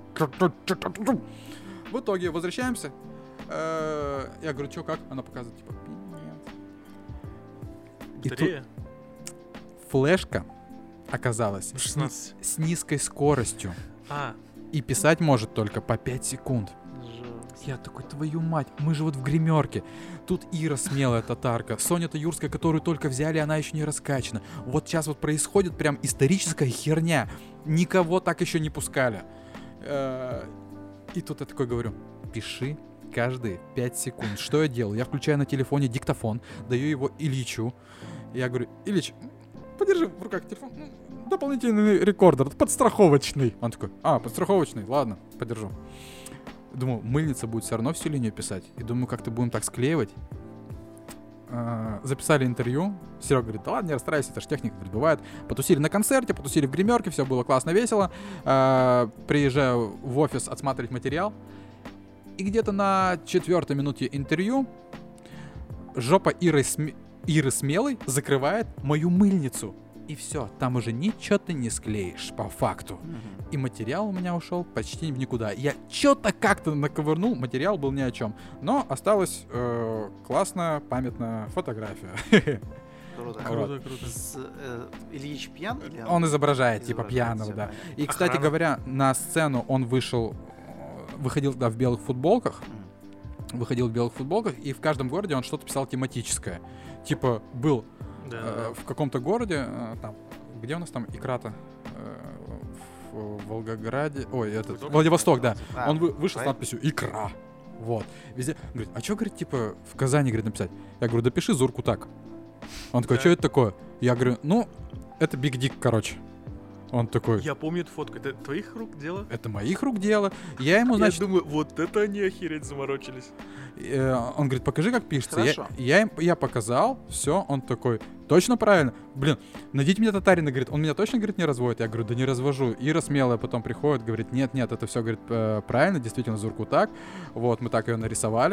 В итоге возвращаемся. Э, Я говорю, что, как? Она показывает, типа, пинец. И тут Батарея? флешка оказалось, с, ни- шестнадцать. с низкой скоростью. А, И писать может только по пять секунд. Жесть. Я такой, твою мать, мы же вот в гримерке. Тут Ира смелая татарка, Соня-то Юрская, которую только взяли, она еще не раскачана. Вот сейчас вот происходит прям историческая херня. Никого так еще не пускали. Э, И тут я такой говорю, пиши каждые пять секунд. Что я делаю? Я включаю на телефоне диктофон, даю его Ильичу. Я говорю, Ильич, подержи в руках телефон. Ну, дополнительный рекордер, подстраховочный. Он такой, а, подстраховочный, ладно, подержу. Думаю, мыльница будет все равно всю линию писать. И думаю, как-то будем так склеивать. А, записали интервью. Серега говорит, да ладно, не расстраивайся, это же техника, говорит, бывает. Потусили на концерте, потусили в гримерке, все было классно, весело. А, приезжаю в офис отсматривать материал. И где-то на четвертой минуте интервью жопа Иры, Сме- Иры Смелой закрывает мою мыльницу. И все, там уже ничего ты не склеишь, по факту. Мгм. И материал у меня ушел почти в никуда. Я что-то как-то наковырнул, материал был ни о чем. Но осталась э, классная памятная фотография. Круто. круто, круто. С, э, Ильич пьян или Он изображает, типа, изображает? пьяного, Всё да. понятно. И, кстати Охрана. говоря, на сцену он вышел, э, выходил тогда в белых футболках, Мгм. выходил в белых футболках, и в каждом городе он что-то писал тематическое. Типа, был Да, э, да. в каком-то городе, э, там, где у нас там икра-то? Э, в Волгограде, ой, этот, Владивосток? Владивосток, да. А, Он вы- вышел с правильно. надписью «Икра». Вот. Везде. Говорит, а что, говорит, типа, в Казани, говорит, написать? Я говорю, да пиши Зурку так. Он такой, Да. что это такое? Я говорю, ну, это Биг Дик, короче. Он такой, Я помню эту фотку. Это твоих рук дело? это моих рук дело. Я ему, значит, Я думаю, вот это они охереть заморочились. э, он говорит, покажи, как пишется. Я, Хорошо. я, им- я показал, все, он такой, точно правильно? Блин, найдите мне татарина, говорит, он меня точно, говорит, не разводит? Я говорю, да не развожу. Ира смелая потом приходит, говорит, нет, нет, это все, говорит, э, правильно, действительно, Зурку так. Вот, мы так ее нарисовали.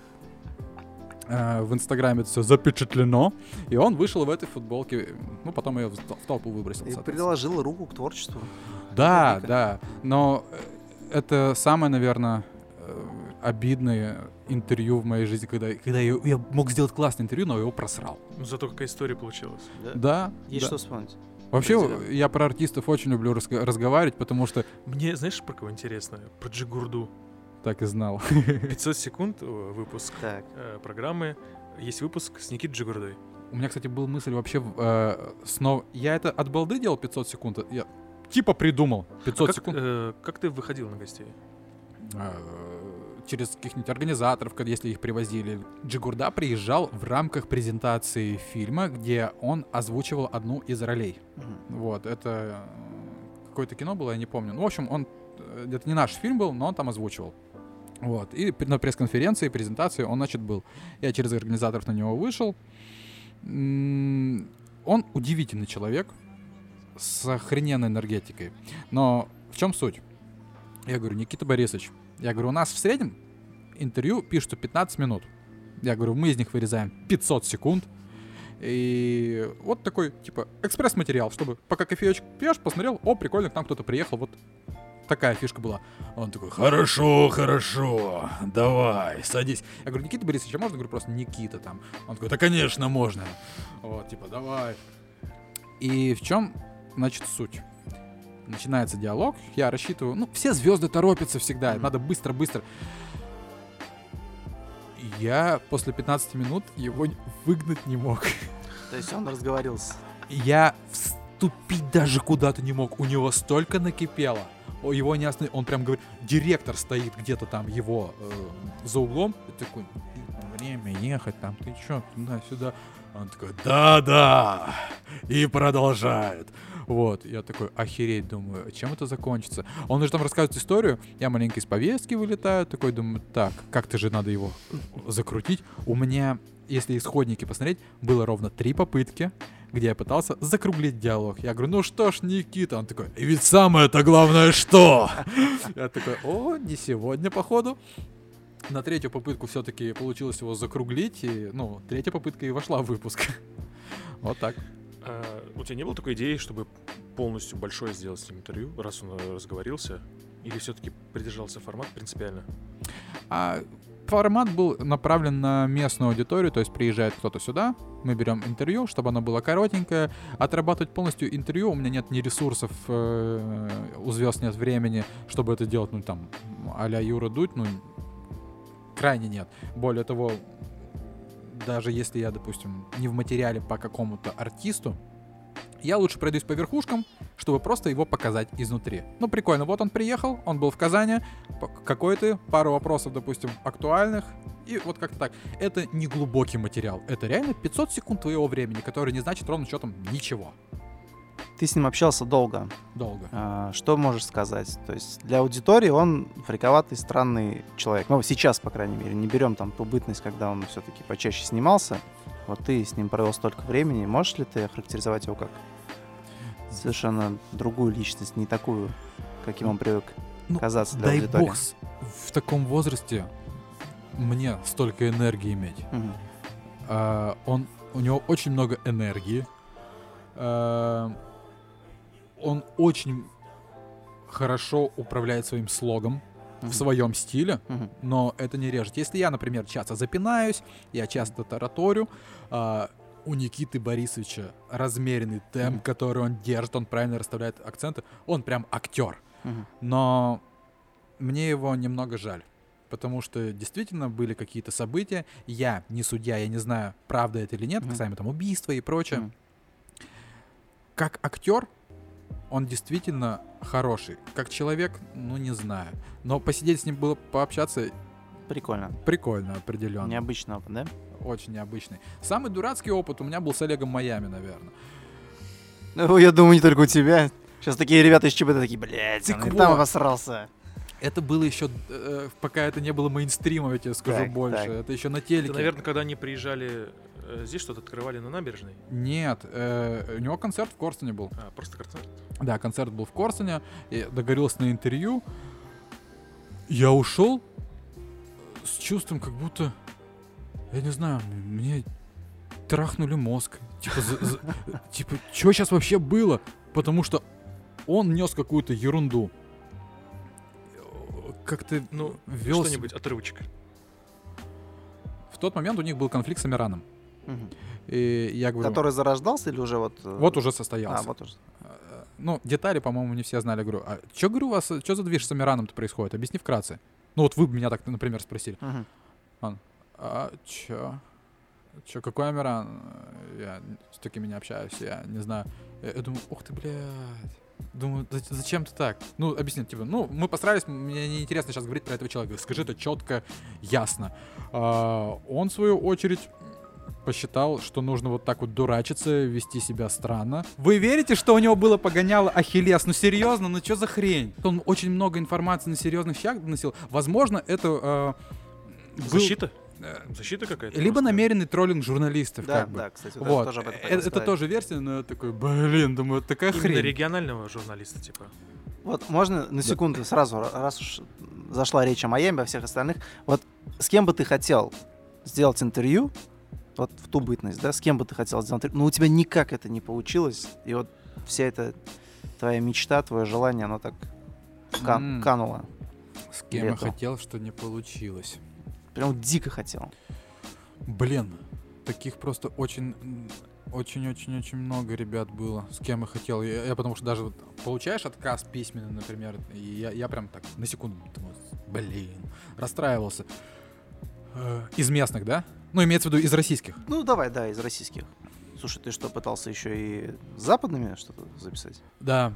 Э, В Инстаграме это все запечатлено. И он вышел в этой футболке. Ну, потом ее в тол- в толпу выбросил. И соответственно. приложил руку к творчеству. Да, Вика. да. Но э, это самое, наверное, э, обидное интервью в моей жизни, когда, когда я, я мог сделать классное интервью, но его просрал. Ну зато какая история получилась. Да. Есть да. что вспомнить. Вообще, Определенно. я про артистов очень люблю разга- разговаривать, потому что Мне, знаешь, про кого интересно? Про Джигурду. так и знал. пятьсот секунд э, выпуск Так. э, программы. Есть выпуск с Никитой Джигурдой. У меня, кстати, была мысль вообще э, снова... Я это от балды делал пятьсот секунд. Я типа придумал пятьсот А как, секунд. э, как ты выходил на гостей? э, через каких-нибудь организаторов, когда- если их привозили. Джигурда приезжал в рамках презентации фильма, где он озвучивал одну из ролей. Мгм. Вот, это э, какое-то кино было, я не помню. Ну, в общем, он... э, Это не наш фильм был, но он там озвучивал. Вот, и при- на пресс-конференции, презентации он, значит, был. Я через организаторов на него вышел. М, Он удивительный человек с охрененной энергетикой. Но в чем суть? Я говорю, Никита Борисович, я говорю, у нас в среднем интервью пишут пятнадцать минут. Я говорю, мы из них вырезаем пятьсот секунд. И вот такой, типа, экспресс-материал, чтобы пока кофеечек пьешь, посмотрел, о, прикольно, к нам кто-то приехал, вот такая фишка была. Он такой, хорошо, хорошо, давай, садись. Я говорю, Никита Борисович, а можно, говорю, просто Никита там? Он такой, да, конечно, можно. Вот, типа, давай. И в чем, значит, суть? Начинается диалог, я рассчитываю, ну, все звезды торопятся всегда, Мгм. надо быстро-быстро. Я после пятнадцати минут его выгнать не мог. То есть он разговорился. Я вступить даже куда-то не мог. У него столько накипело. О, его не остановить. Он прям говорит, директор стоит где-то там его э, за углом. И такой, время ехать там, ты чё, туда-сюда. Он такой, да-да. И продолжает. Вот, я такой, охереть, думаю, чем это закончится? Он уже там рассказывает историю, я маленько из повестки вылетаю, такой думаю, так, как-то же надо его закрутить. У меня, если исходники посмотреть, было ровно три попытки, где я пытался закруглить диалог. Я говорю, ну что ж, Никита? Он такой, и ведь самое-то главное что? Я такой, о, не сегодня, походу. На третью попытку все-таки получилось его закруглить, и, ну, третья попытка и вошла в выпуск. Вот так. А, у тебя не было такой идеи, чтобы полностью большое сделать с ним интервью, раз он э, разговорился? Или все-таки придержался формат принципиально? А формат был направлен на местную аудиторию, то есть приезжает кто-то сюда, мы берем интервью, чтобы оно было коротенькое. Отрабатывать полностью интервью, у меня нет ни ресурсов, э, у звезд нет времени, чтобы это делать, ну там, а-ля Юра Дудь, ну, крайне нет. Более того, даже если я, допустим, не в материале по какому-то артисту, я лучше пройдусь по верхушкам, чтобы просто его показать изнутри. Ну, прикольно, вот он приехал, он был в Казани, какой ты, пару вопросов, допустим, актуальных, и вот как-то так. Это не глубокий материал, это реально пятьсот секунд твоего времени, который не значит ровно счетом ничего. Ты с ним общался долго. Долго. А, что можешь сказать? То есть для аудитории он фриковатый, странный человек. Ну, сейчас, по крайней мере. Не берем там ту бытность, когда он все-таки почаще снимался. Вот ты с ним провел столько времени. Можешь ли ты охарактеризовать его как совершенно другую личность, не такую, каким он привык ну, казаться для дай аудитории? бог в таком возрасте мне столько энергии иметь. Угу. А, он, у него очень много энергии. А, он очень хорошо управляет своим слогом Угу. в своем стиле, Угу. но это не режет. Если я, например, часто запинаюсь, я часто тараторю, а, у Никиты Борисовича размеренный темп, Мгм. который он держит, он правильно расставляет акценты, он прям актер. Угу. Но мне его немного жаль, потому что действительно были какие-то события, я не судья, я не знаю, правда это или нет, Мгм. касаемо там убийства и прочее. Мгм. Как актер он действительно хороший. Как человек, ну не знаю. Но посидеть с ним было, пообщаться Прикольно. прикольно определенно. Необычный опыт, да? Очень необычный. Самый дурацкий опыт у меня был с Олегом Майами, наверное. Ну, я думаю, не только у тебя. Сейчас такие ребята из ЧБТ такие, блядь, Так он и вот. там обосрался. Это было еще, э, пока это не было мейнстримом, я тебе скажу Так, больше. так. Это еще на телеке. Это, наверное, когда они приезжали э, здесь, что-то открывали на набережной. Нет, э, у него концерт в Корстене был. А, просто концерт. Да, концерт был в Корстене. Я договорился на интервью. Я ушел с чувством, как будто, я не знаю, мне трахнули мозг. Типа, за- за- типа, что сейчас вообще было? Потому что он нес какую-то ерунду. Как-то Ну, вел себя- что-нибудь, отрывочек. В тот момент у них был конфликт с Амираном. Мгм. И я говорю, Который зарождался или уже вот... э, вот уже А, состоялся. вот уже. Э, Ну, детали, по-моему, не все знали. Говорю, а что, говорю, у вас, что за движ с Амираном-то происходит? Объясни вкратце. Ну, вот вы бы меня так, например, спросили. Мгм. А чё? Чё, какой Амиран? Я с такими не общаюсь, я не знаю. Я, я думаю, ух ты, блядь. Думаю, «За- зачем ты так? Ну, объясни, типа, ну, мы посрались, мне неинтересно сейчас говорить про этого человека. Скажи это четко, ясно. А, он, в свою очередь, посчитал, что нужно вот так вот дурачиться, вести себя странно. Вы верите, что у него было погоняло Ахиллес? Ну, серьезно, ну что за хрень? Он очень много информации на серьезных щах доносил. Возможно, это... э, был, Защита? э, Защита какая-то? либо просто? намеренный троллинг журналистов, Да, как бы. да, кстати, вот Вот. тоже об этом Э, хотел это сказать. тоже версия, но я такой, блин, думаю, такая Именно хрень. регионального журналиста, типа. Вот можно на секунду сразу, ра- раз уж зашла речь о Майами, о всех остальных, вот с кем бы ты хотел сделать интервью, вот в ту бытность, да, с кем бы ты хотел сделать интервью, но у тебя никак это не получилось, и вот вся эта твоя мечта, твое желание, оно так кан- М. кануло. С кем я Лето. хотел, что не получилось. Прям вот дико хотел. Блин, таких просто очень, очень-очень-очень много ребят было, с кем я хотел. Я, я потому что даже вот получаешь отказ письменный, например, и я, я прям так на секунду думаю, блин, расстраивался. Э, Из местных, да? Ну, имеется в виду из российских. Ну, давай, да, из российских. Слушай, ты что, пытался еще и с западными что-то записать? Да.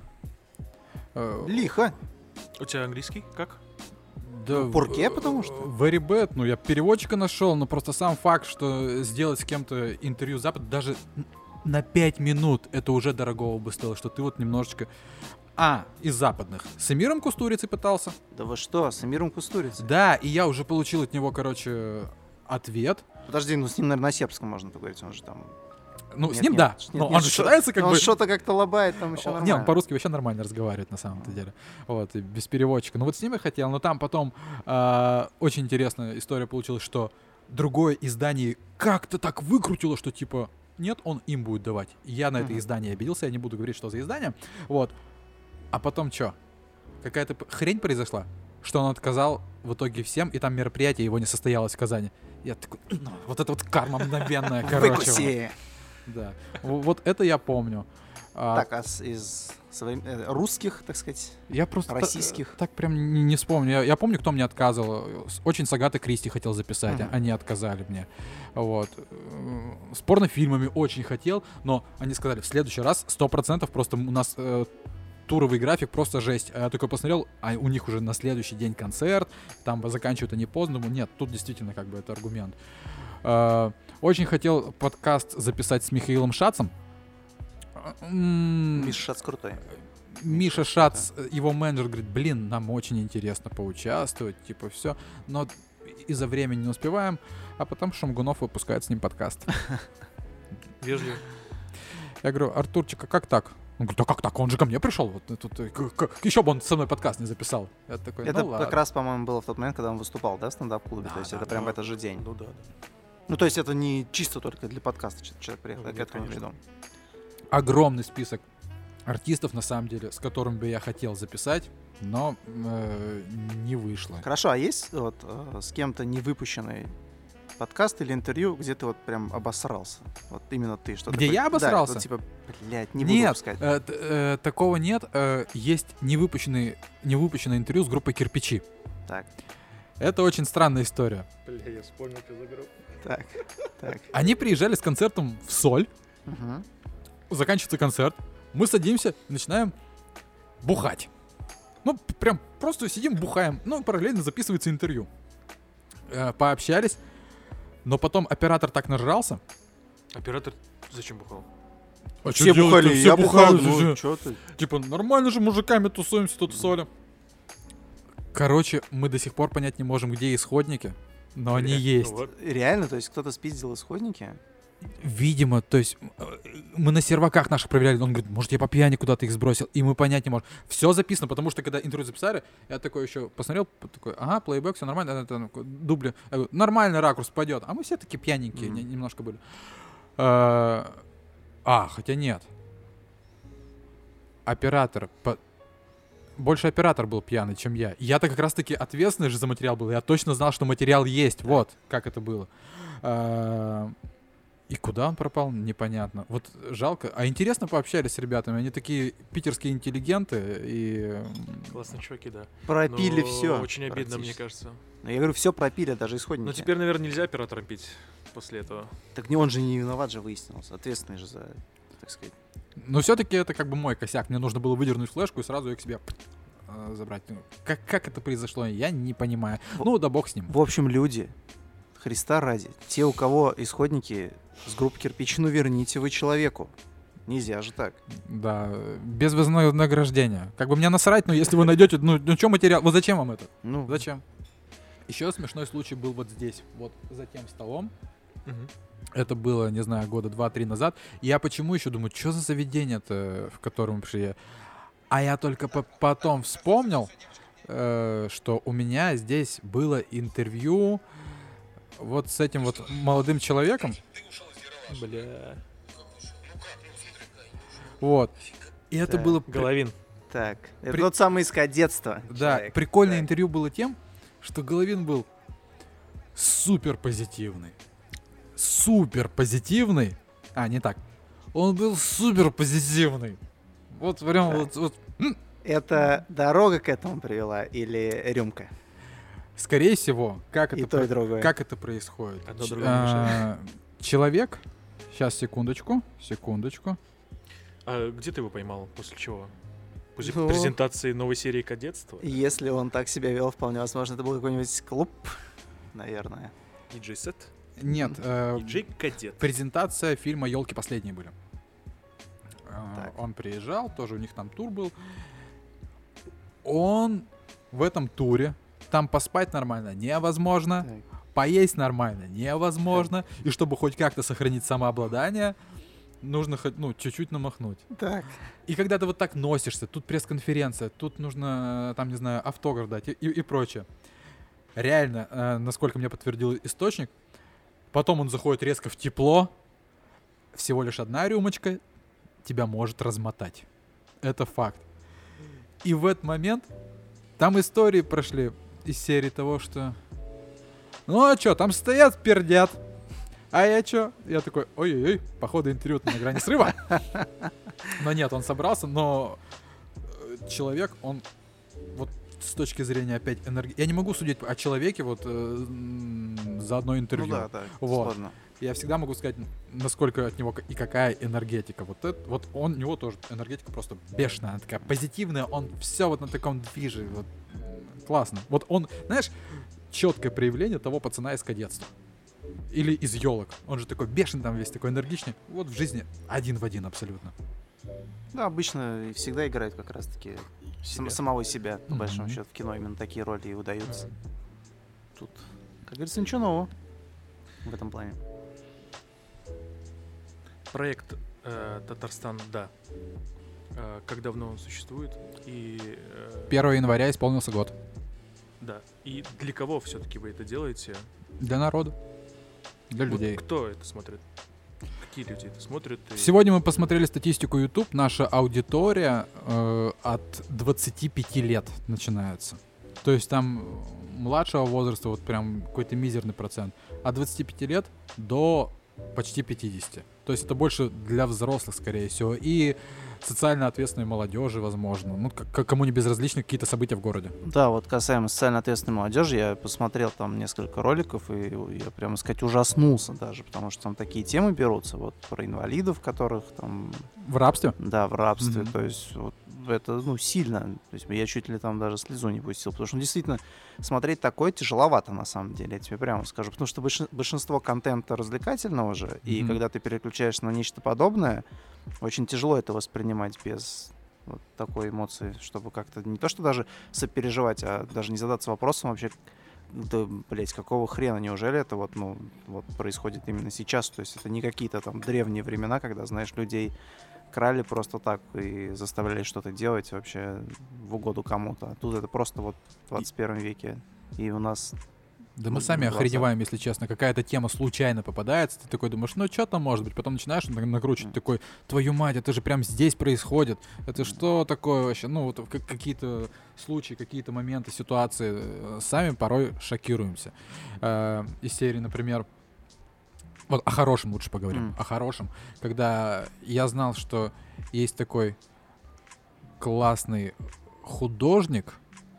Э, Лихо. У тебя английский как? Да, Ну, Порке, э, потому что. Very bad. Ну, я переводчика нашел, но просто сам факт, что сделать с кем-то интервью Запад даже н- на пять минут, это уже дорогого бы стоило, что ты вот немножечко... А, из западных. С Эмиром Кустурицей пытался. Да вы что, с Эмиром Кустурицей? Да, и я уже получил от него, короче, ответ. Подожди, ну с ним, наверное, на сербском можно поговорить, он же там... Ну, с Нет, ним нет, да. нет, Но нет, он же что- считается как он бы... что-то как-то лобает, там еще О, нормально. Не, он по-русски вообще нормально разговаривает, на самом-то деле. Вот, и без переводчика. Ну вот с ним я хотел, но там потом а, очень интересная история получилась, что другое издание как-то так выкрутило, что типа, нет, он им будет давать. И я на это Мгм. издание обиделся, я не буду говорить, что за издание. Вот. А потом что? Какая-то п- хрень произошла, что он отказал в итоге всем, и там мероприятие его не состоялось в Казани. Я такой, ну, вот это вот карма мгновенная, короче. Выкуси! Да. В- Вот это я помню. А, Так, а с- из соврем- э, русских, так сказать, Я просто та- российских? так прям не, не вспомню. Я, я помню, кто мне отказывал. С- Очень с Агатой Кристи хотел записать, Мгм. а они отказали мне. Вот. Э, С порнофильмами очень хотел, но они сказали, в следующий раз сто процентов просто у нас э, туровый график просто жесть. А я такой посмотрел, а у них уже на следующий день концерт, там заканчивают они поздно. Думаю, нет, тут действительно как бы это аргумент. Э, Очень хотел подкаст записать с Михаилом Шацем. М, Миша Шац крутой. Миша Шац, его менеджер, говорит, блин, нам очень интересно поучаствовать, типа все, но из-за времени не успеваем, а потом Шамгунов выпускает с ним подкаст. Вежливо. Я говорю, Артурчик, а как так? Он говорит, а как так? Он же ко мне пришел, вот тут э, к- к- еще бы он со мной подкаст не записал. Я такой, Это ну как ладно. раз, по-моему, было в тот момент, когда он выступал, да, в стендап-клубе? Да, То есть да, это да. прям в этот же день. Ну да, да. Ну, то есть это не чисто только для подкаста ч- человек приехал, Ну, я к нет, этому конечно. веду. Огромный список артистов, на самом деле, с которыми бы я хотел записать, но э, не вышло. Хорошо, а есть вот э, с кем-то не выпущенный подкаст или интервью, где ты вот прям обосрался? Вот именно ты. Что Где такой- я обосрался? Да, вот типа, блядь, не буду Нет, пускать. э, т- э, такого нет. Э, есть невыпущенные, невыпущенное интервью с группой «Кирпичи». Так, Это очень странная история. Бля, я вспомнил, что за группа. так, так. Они приезжали с концертом в Соль, Мгм. заканчивается концерт, мы садимся и начинаем бухать. Ну, п- прям просто сидим, бухаем. Ну, параллельно записывается интервью. Э, пообщались, но потом оператор так нажрался. Оператор зачем бухал? А Все бухали, я бухал, ну, чё ты? Типа, нормально же мужиками тусуемся тут в Соли. Короче, мы до сих пор понять не можем, где исходники, но они Бля, есть. ну вот. Реально, то есть кто-то спиздил исходники? Видимо, то есть э, мы на серваках наших проверяли, он говорит, может, я по пьяни куда-то их сбросил, и мы понять не можем. Все записано, потому что когда интервью записали, я такой еще посмотрел, п- такой, ага, плейбэк, все нормально, это, это, дубли. Я говорю, нормальный ракурс пойдет. А мы все таки пьяненькие, Мгм. не- немножко были. Э, А, хотя нет. Оператор, по- больше оператор был пьяный, чем я. Я-то как раз-таки ответственный же за материал был. Я точно знал, что материал есть. Вот как это было. А, И куда он пропал, непонятно. Вот жалко. А интересно пообщались с ребятами. Они такие питерские интеллигенты. И м, Классные чуваки, да. Пропили Но все. Очень обидно, мне кажется. Ну, я говорю, все пропили, даже исходники. Но теперь, наверное, нельзя оператором пить после этого. Так не он же не виноват же выяснился, ответственный же за, так сказать. Но все-таки это как бы мой косяк. Мне нужно было выдернуть флешку и сразу ее к себе э, забрать. Ну, Как, как это произошло, я не понимаю. В- Ну, да бог с ним. В общем, люди, Христа ради, те, у кого исходники с группы «Кирпич», ну верните вы человеку. Нельзя же так. Да, без вознаграждения. Как бы мне насрать, но если вы найдете, ну, ну что материал, вот зачем вам это? Ну, Зачем? Еще смешной случай был вот здесь, вот за тем столом. Мгм. Это было, не знаю, года два-три назад. И я почему еще думаю, что за заведение-то, в котором мы пришли? А я только по- потом вспомнил, э, что у меня здесь было интервью вот с этим вот молодым человеком. Бля. Вот. И это Так. было... при- Головин. так. Это При- тот самый из кадетства. Да, человек. прикольное Так. интервью было тем, что Головин был супер позитивный. Супер позитивный. А, не так. Он был супер позитивный. Вот прям Так. вот, вот. м. Это дорога к этому привела или рюмка? Скорее всего, как И это, то, и про- другое. как это происходит. Одно Ч- другому не мешает. а, Человек, сейчас секундочку, секундочку. А где ты его поймал? После чего? После Ну. презентации новой серии кадетства? Если он так себя вел, вполне возможно, это был какой-нибудь клуб, наверное. Диджей-сет? Нет, э, Диджей-кадет. презентация фильма «Елки последние» были. А, Так. Он приезжал, тоже у них там тур был. Он в этом туре, там поспать нормально невозможно, Так. поесть нормально невозможно, и чтобы хоть как-то сохранить самообладание, нужно хоть, ну, чуть-чуть намахнуть. Так. И когда ты вот так носишься, тут пресс-конференция, тут нужно, там, не знаю, автограф дать и, и- и прочее. Реально, э, насколько мне подтвердил источник, потом он заходит резко в тепло, всего лишь одна рюмочка тебя может размотать. Это факт. И в этот момент там истории прошли. из серии того, что... Ну а чё, там стоят, пердят. А я чё? Я такой, ой-ой-ой, походу интервью на грани срыва. Но нет, он собрался, но человек, он вот с точки зрения опять энергии... Я не могу судить о человеке вот э, за одно интервью. Ну да, да, вот. сложно. Я всегда могу сказать, насколько от него и какая энергетика. Вот, это, вот он, у него тоже энергетика просто бешеная, она такая позитивная, он все вот на таком движе. Вот, классно. Вот он, знаешь, четкое проявление того пацана из кадетства. Или из елок. Он же такой бешеный там весь, такой энергичный. Вот в жизни один в один абсолютно. Да, обычно всегда играют как раз-таки сам, самого себя, по mm-hmm. большому счету, в кино именно такие роли и удаются. Mm-hmm. Тут, как говорится, ничего нового в этом плане. Проект э, Татарстан, да. Э, как давно он существует? И э, первого января исполнился год. Да. И для кого все-таки вы это делаете? Для народа. Для вот людей. Кто это смотрит? Какие люди это смотрят? И... Сегодня мы посмотрели статистику YouTube. Наша аудитория э, от двадцати пяти лет начинается. То есть там младшего возраста вот прям какой-то мизерный процент. От двадцати пяти лет до почти пятидесяти. То есть это больше для взрослых, скорее всего. И социально ответственной молодежи, возможно. Ну, к- кому не безразличны какие-то события в городе. Да, вот касаемо социально ответственной молодежи, я посмотрел там несколько роликов, и я, прямо сказать, ужаснулся даже, потому что там такие темы берутся, вот про инвалидов, которых там... В рабстве? Да, в рабстве. Mm-hmm. То есть вот, это, ну, сильно. То есть я чуть ли там даже слезу не пустил, потому что ну, действительно смотреть такое тяжеловато на самом деле, я тебе прямо скажу. Потому что большинство контента развлекательного же, mm-hmm. и когда ты переключаешься на нечто подобное, очень тяжело это воспринимать без вот такой эмоции, чтобы как-то не то, что даже сопереживать, а даже не задаться вопросом вообще, да, блять, какого хрена, неужели это вот, ну, вот происходит именно сейчас? То есть это не какие-то там древние времена, когда, знаешь, людей крали просто так и заставляли что-то делать вообще в угоду кому-то. А тут это просто вот в двадцать первом веке. И у нас... Да мы сами охреневаем, если честно. Какая-то тема случайно попадается, ты такой думаешь, ну что там может быть? Потом начинаешь накручивать, такой, твою мать, это же прям здесь происходит. Это что такое вообще? Ну, вот какие-то случаи, какие-то моменты, ситуации. Сами порой шокируемся. Из серии, например, вот о хорошем лучше поговорим. Mm. О хорошем. Когда я знал, что есть такой классный художник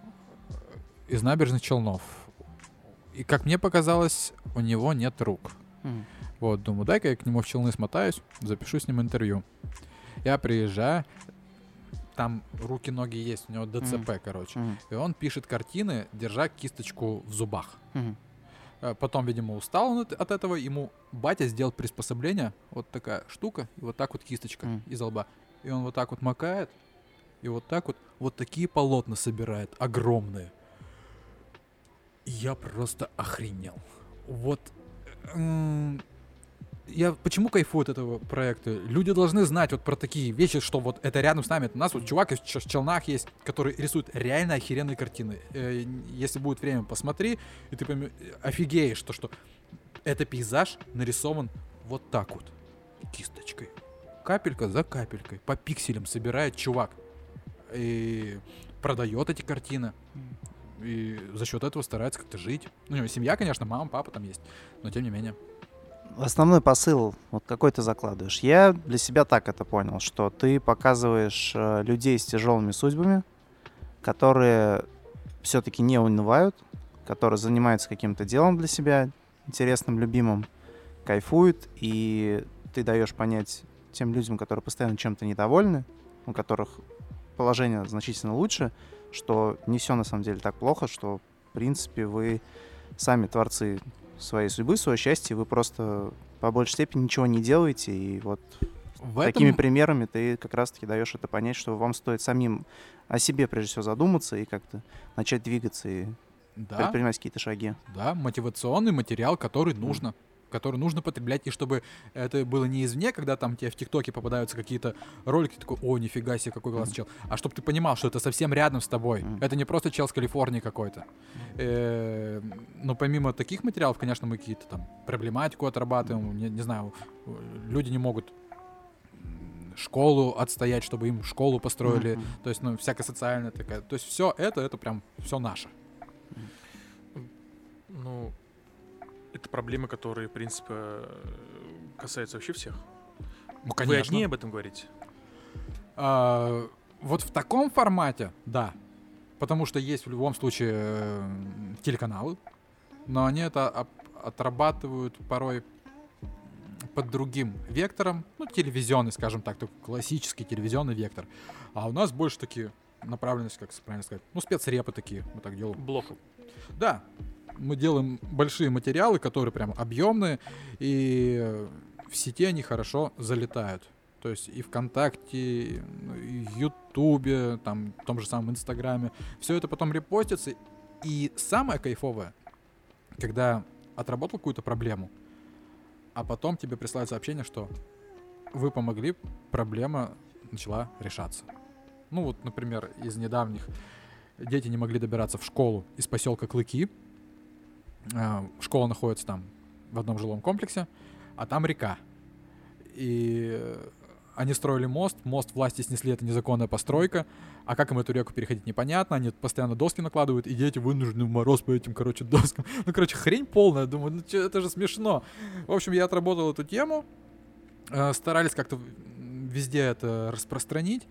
из Набережных Челнов. И, как мне показалось, у него нет рук. Mm. Вот, думаю, дай-ка я к нему в Челны смотаюсь, запишу с ним интервью. Я приезжаю, там руки-ноги есть, у него ДЦП, mm. короче. Mm. И он пишет картины, держа кисточку в зубах. Mm. Потом, видимо, устал он от этого, ему батя сделал приспособление, вот такая штука, и вот так вот кисточка mm. из лба. И он вот так вот макает, и вот так вот, вот такие полотна собирает, огромные. Я просто охренел. Вот м- я почему кайфую от этого проекта? Люди должны знать вот про такие вещи, что вот это рядом с нами. Это у нас вот чувак в Челнах есть, который рисует реально охеренные картины. Э- если будет время, посмотри, и ты поймешь, офигеешь, то, что это пейзаж нарисован вот так вот, кисточкой. Капелька за капелькой, по пикселям собирает чувак. И продает эти картины. И за счет этого старается как-то жить. Ну, у него семья, конечно, мама, папа там есть, но тем не менее. Основной посыл, вот какой ты закладываешь? Я для себя так это понял, что ты показываешь э, людей с тяжелыми судьбами, которые все-таки не унывают, которые занимаются каким-то делом для себя, интересным, любимым, кайфуют, и ты даешь понять тем людям, которые постоянно чем-то недовольны, у которых положение значительно лучше, что не все на самом деле так плохо, что, в принципе, вы сами творцы своей судьбы, своего счастья, вы просто по большей степени ничего не делаете, и вот в такими этом... примерами ты как раз-таки даешь это понять, что вам стоит самим о себе, прежде всего, задуматься и как-то начать двигаться и да. предпринимать какие-то шаги. Да, мотивационный материал, который нужно. Mm. который нужно потреблять, и чтобы это было не извне, когда там тебе в ТикТоке попадаются какие-то ролики, такой, о, нифига себе, какой классный чел, а чтобы ты понимал, что это совсем рядом с тобой. Mm. Это не просто чел с Калифорнии какой-то. Э, но помимо таких материалов, конечно, мы какие-то там проблематику отрабатываем, не, не знаю, люди не могут школу отстоять, чтобы им школу построили, mm-hmm. то есть, ну, всякая социальная такая. То есть все это, это прям все наше. Ну, это проблемы, которые, в принципе, касаются вообще всех. Ну, Вы одни об этом говорите? А, вот в таком формате, да. Потому что есть в любом случае э, телеканалы, но они это об- отрабатывают порой под другим вектором. Ну, телевизионный, скажем так, такой классический телевизионный вектор. А у нас больше такие направленности, как правильно сказать, ну, спецрепы такие, мы так делаем. Блоку. Да, мы делаем большие материалы, которые прям объемные, и в сети они хорошо залетают. То есть и ВКонтакте, и в Ютубе, там, в том же самом Инстаграме. Все это потом репостится. И самое кайфовое, когда отработал какую-то проблему, а потом тебе присылают сообщение, что вы помогли, проблема начала решаться. Ну вот, например, из недавних дети не могли добираться в школу из поселка Клыки. Э, Школа находится там в одном жилом комплексе, а там река. И они строили мост, мост власти снесли, это незаконная постройка, а как им эту реку переходить непонятно, они постоянно доски накладывают, и дети вынуждены в мороз по этим, короче, доскам. Ну, короче, хрень полная, думаю, ну чё, это же смешно. В общем, я отработал эту тему, э, старались как-то везде это распространить.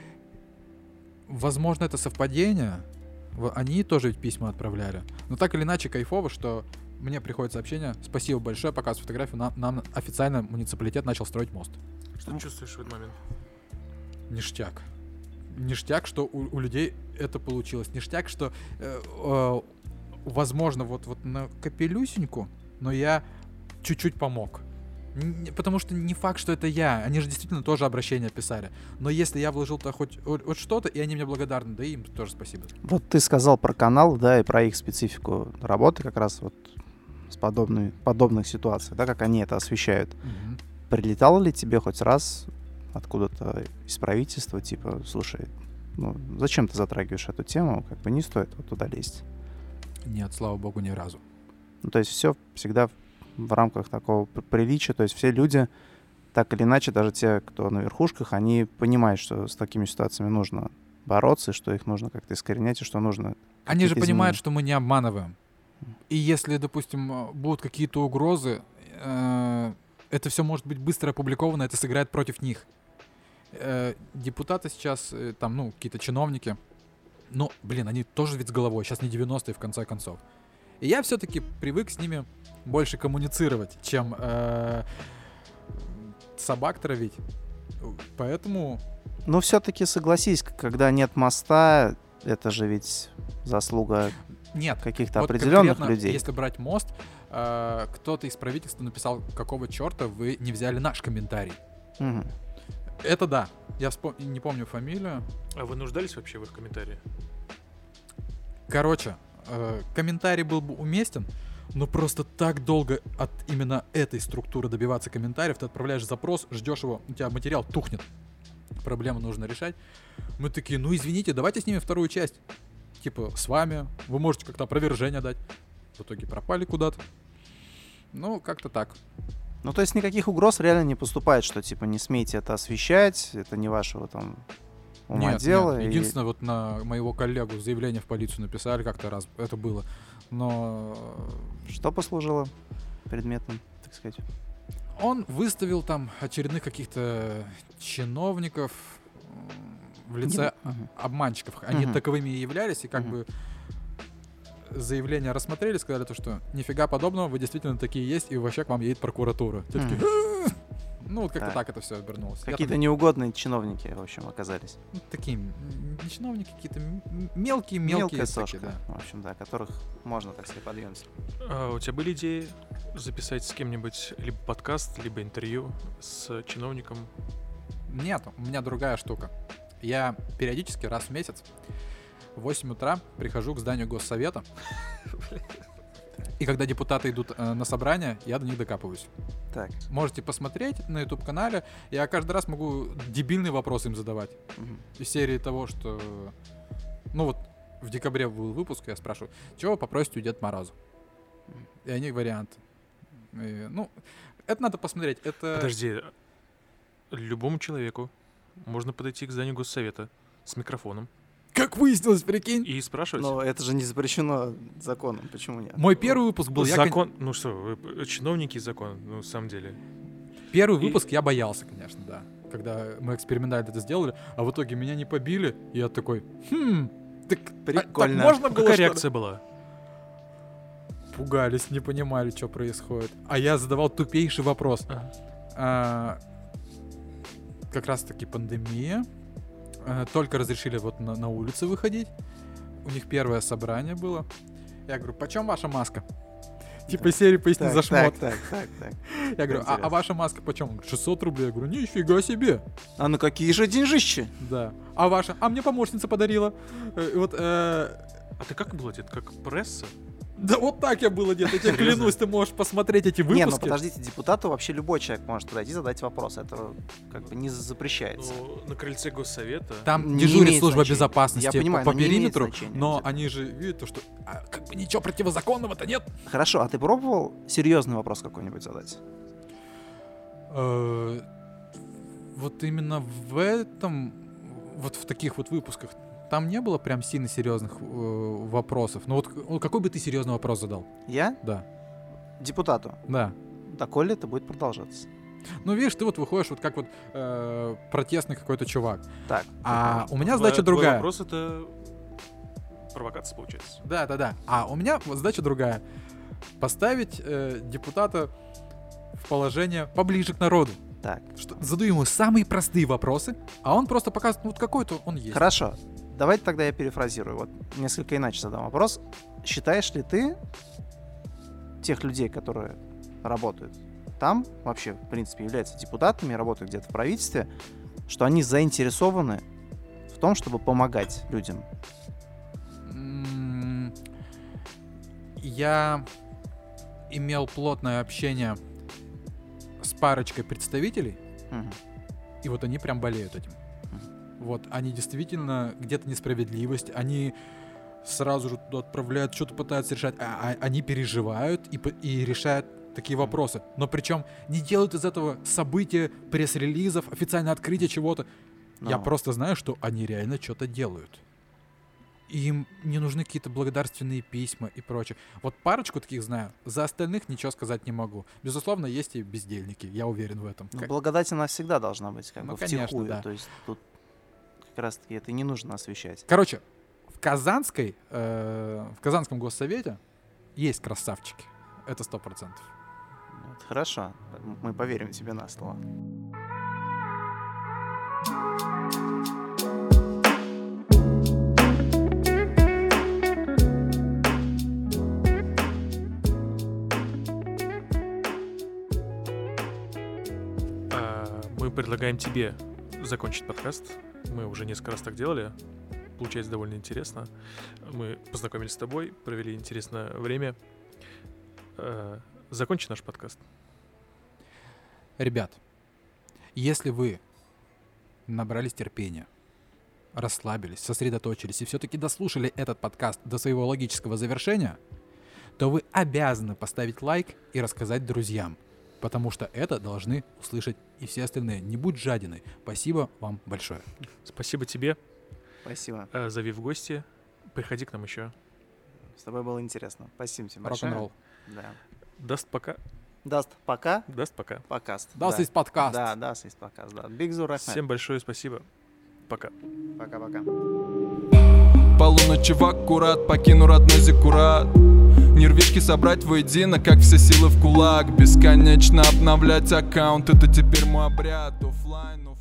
Возможно, это совпадение, В- они тоже ведь письма отправляли, но так или иначе кайфово, что мне приходит сообщение: спасибо большое, показываю фотографию, нам, нам официально муниципалитет начал строить мост. Что ты чувствуешь в этот момент? Ништяк. Ништяк, что у, у людей это получилось. Ништяк, что, э, э, возможно, вот, вот на капелюсеньку, но я чуть-чуть помог. Н- Потому что не факт, что это я. Они же действительно тоже обращения писали. Но если я вложил туда хоть, хоть хоть что-то, и они мне благодарны, да и им тоже спасибо. Вот ты сказал про канал, да, и про их специфику работы как раз вот с подобными, подобных ситуаций, да, как они это освещают. Мгм. Прилетало ли тебе хоть раз откуда-то из правительства, типа, слушай, ну, зачем ты затрагиваешь эту тему, как бы не стоит вот туда лезть? Нет, слава богу, ни разу. Ну, то есть все всегда в, в рамках такого п- приличия, то есть все люди, так или иначе, даже те, кто на верхушках, они понимают, что с такими ситуациями нужно бороться, и что их нужно как-то искоренять, и что нужно... Они же какие-то понимают, изменения. что мы не обманываем. И если, допустим, э, будут какие-то угрозы, э, это все может быть быстро опубликовано, это сыграет против них. Э, депутаты сейчас, э, там, ну, какие-то чиновники, ну, блин, они тоже ведь с головой, сейчас не девяностые в конце концов. И я все-таки привык с ними больше коммуницировать, чем э, собак травить. Поэтому Но все-таки согласись, к- когда нет моста, это же ведь заслуга нет. каких-то Вот определенных конкретно, людей. если брать мост, э, кто-то из правительства написал, какого черта вы не взяли наш комментарий. Мгм. Это да. Я вспом- не помню фамилию. А вы нуждались вообще в их комментарии? Короче, э, комментарий был бы уместен, но просто так долго от именно этой структуры добиваться комментариев. Ты отправляешь запрос, ждешь его, у тебя материал тухнет. Проблему нужно решать. Мы такие, ну извините, давайте снимем вторую часть. Типа, с вами, вы можете как-то опровержение дать. В итоге пропали куда-то. Ну, как-то так. Ну, то есть никаких угроз реально не поступает, что типа не смейте это освещать, это не вашего там ума Нет, дело. нет. и- Единственное, вот на моего коллегу заявление в полицию написали как-то раз. Это было. Но Что послужило предметом, так сказать? он выставил там очередных каких-то чиновников м, в лице Мгм. обманщиков. Они Мгм. таковыми и являлись, и как Мгм. бы заявление рассмотрели, сказали то, что нифига подобного, вы действительно такие есть, и вообще к вам едет прокуратура. Те такие, ну вот как-то Так. так это все обернулось. Я Какие-то там, неугодные чиновники, в общем, оказались. ну, такие м, не чиновники, какие-то мелкие-мелкие Мелкая такие, сошка, да. в общем, да, которых можно, так сказать, подъемся. А у тебя были идеи записать с кем-нибудь либо подкаст, либо интервью с чиновником? Нет, у меня другая штука. Я периодически раз в месяц в восемь утра прихожу к зданию Госсовета. И когда депутаты идут э, на собрание, я до них докапываюсь. Так. Можете посмотреть на YouTube-канале. Я каждый раз могу дебильные вопросы им задавать. Мгм. Из серии того, что... Ну вот, в декабре был выпуск, я спрашиваю, чего вы попросите у Деда Мороза? И они варианты. И, ну, это надо посмотреть. Это... Подожди, любому человеку можно подойти к зданию Госсовета с микрофоном Как выяснилось, прикинь. И спрашивать? Но это же не запрещено законом, почему нет? Мой первый выпуск был... я, Закон, ну что, вы чиновники и закон, ну, на самом деле. Первый И- выпуск я боялся, конечно, да. Когда мы экспериментально это сделали, а в итоге меня не побили, и я такой, хм, так, а- так Прикольно. можно А было, какая что ли? реакция была? Пугались, не понимали, что происходит. А я задавал тупейший вопрос. Ага. А, как раз-таки пандемия. А, только разрешили вот на, на улице выходить. У них первое собрание было. Я говорю, почем ваша маска? Типа серии поясни Так, за шмот. так, так, так, так. Я говорю, а, а ваша маска почем? Он говорит, шестьсот рублей. Я говорю, нифига себе. А ну какие же деньжищи? Да. А ваша? А мне помощница подарила. Э, и вот, э, А ты как был одет? Как пресса? да вот так я был одет. Я тебе Серьезно? клянусь, ты можешь посмотреть эти выпуски. Не, ну подождите, депутату вообще любой человек может подойти и задать вопрос. Это как бы не запрещается. Ну, на крыльце Госсовета. Там Не дежурит имеет служба значения. безопасности Я понимаю, по, но по не имеет периметру, значения, но типа. они же видят то, что а, как бы ничего противозаконного-то нет. Хорошо, а ты пробовал серьезный вопрос какой-нибудь задать? Э, Вот именно в этом, вот в таких вот выпусках, там не было прям сильно серьезных э, вопросов. Ну вот к- какой бы ты серьезный вопрос задал? Я? Да, Депутату. да. Доколе это будет продолжаться. Ну видишь, ты вот выходишь вот как вот э, протестный какой-то чувак. Так. А у меня Твой- задача твой другая. вопрос — это провокация, получается. Да, да, да. А у меня вот задача другая. Поставить э, депутата в положение поближе к народу. Так. Что, задаю ему самые простые вопросы, а он просто показывает, ну вот какой-то он есть. Хорошо. Давайте тогда я перефразирую. Вот несколько иначе задам вопрос. Считаешь ли ты тех людей, которые работают там, вообще, в принципе, являются депутатами, работают где-то в правительстве, что они заинтересованы в том, чтобы помогать людям? М, Я имел плотное общение с парочкой представителей, Мгм. и вот они прям болеют этим. Вот, они действительно где-то несправедливость, они сразу же туда отправляют, что-то пытаются решать, а, а- они переживают и, п- и решают такие вопросы. Но причем не делают из этого события, пресс-релизов, официальное открытие чего-то. Я Ну. просто знаю, что они реально что-то делают. Им не нужны какие-то благодарственные письма и прочее. Вот парочку таких знаю, за остальных ничего сказать не могу. Безусловно, есть и бездельники, я уверен в этом. Ну, Как- благодать она всегда должна быть, как Ну, бы конечно, втихую. да. То есть тут как раз-таки это не нужно освещать. Короче, в Казанской, э, в Казанском госсовете есть красавчики. Это сто процентов. Вот, хорошо, мы поверим тебе на слово. А, мы предлагаем тебе закончить подкаст. Мы уже несколько раз так делали. Получается довольно интересно. Мы познакомились с тобой, провели интересное время. А, закончи наш подкаст. Ребят, если вы набрались терпения, расслабились, сосредоточились и все-таки дослушали этот подкаст до своего логического завершения, то вы обязаны поставить лайк и рассказать друзьям, потому что это должны услышать и все остальные. Не будь жадиной. Спасибо вам большое. Спасибо тебе. Спасибо. А, зови в гости. Приходи к нам еще. С тобой было интересно. Спасибо тебе большое. Рок-н-ролл. Да. Даст пока. Даст пока. Даст пока. Подкаст. Das да. ist Podcast. Да, das ist подкаст, да. Big Zur Rahman. Всем большое спасибо. Пока. Пока-пока. Полуночи в аккурат, покину родной зиккурат. Нервишки собрать воедино, как все силы в кулак. Бесконечно обновлять аккаунт, это теперь мой обряд. Оффлайн,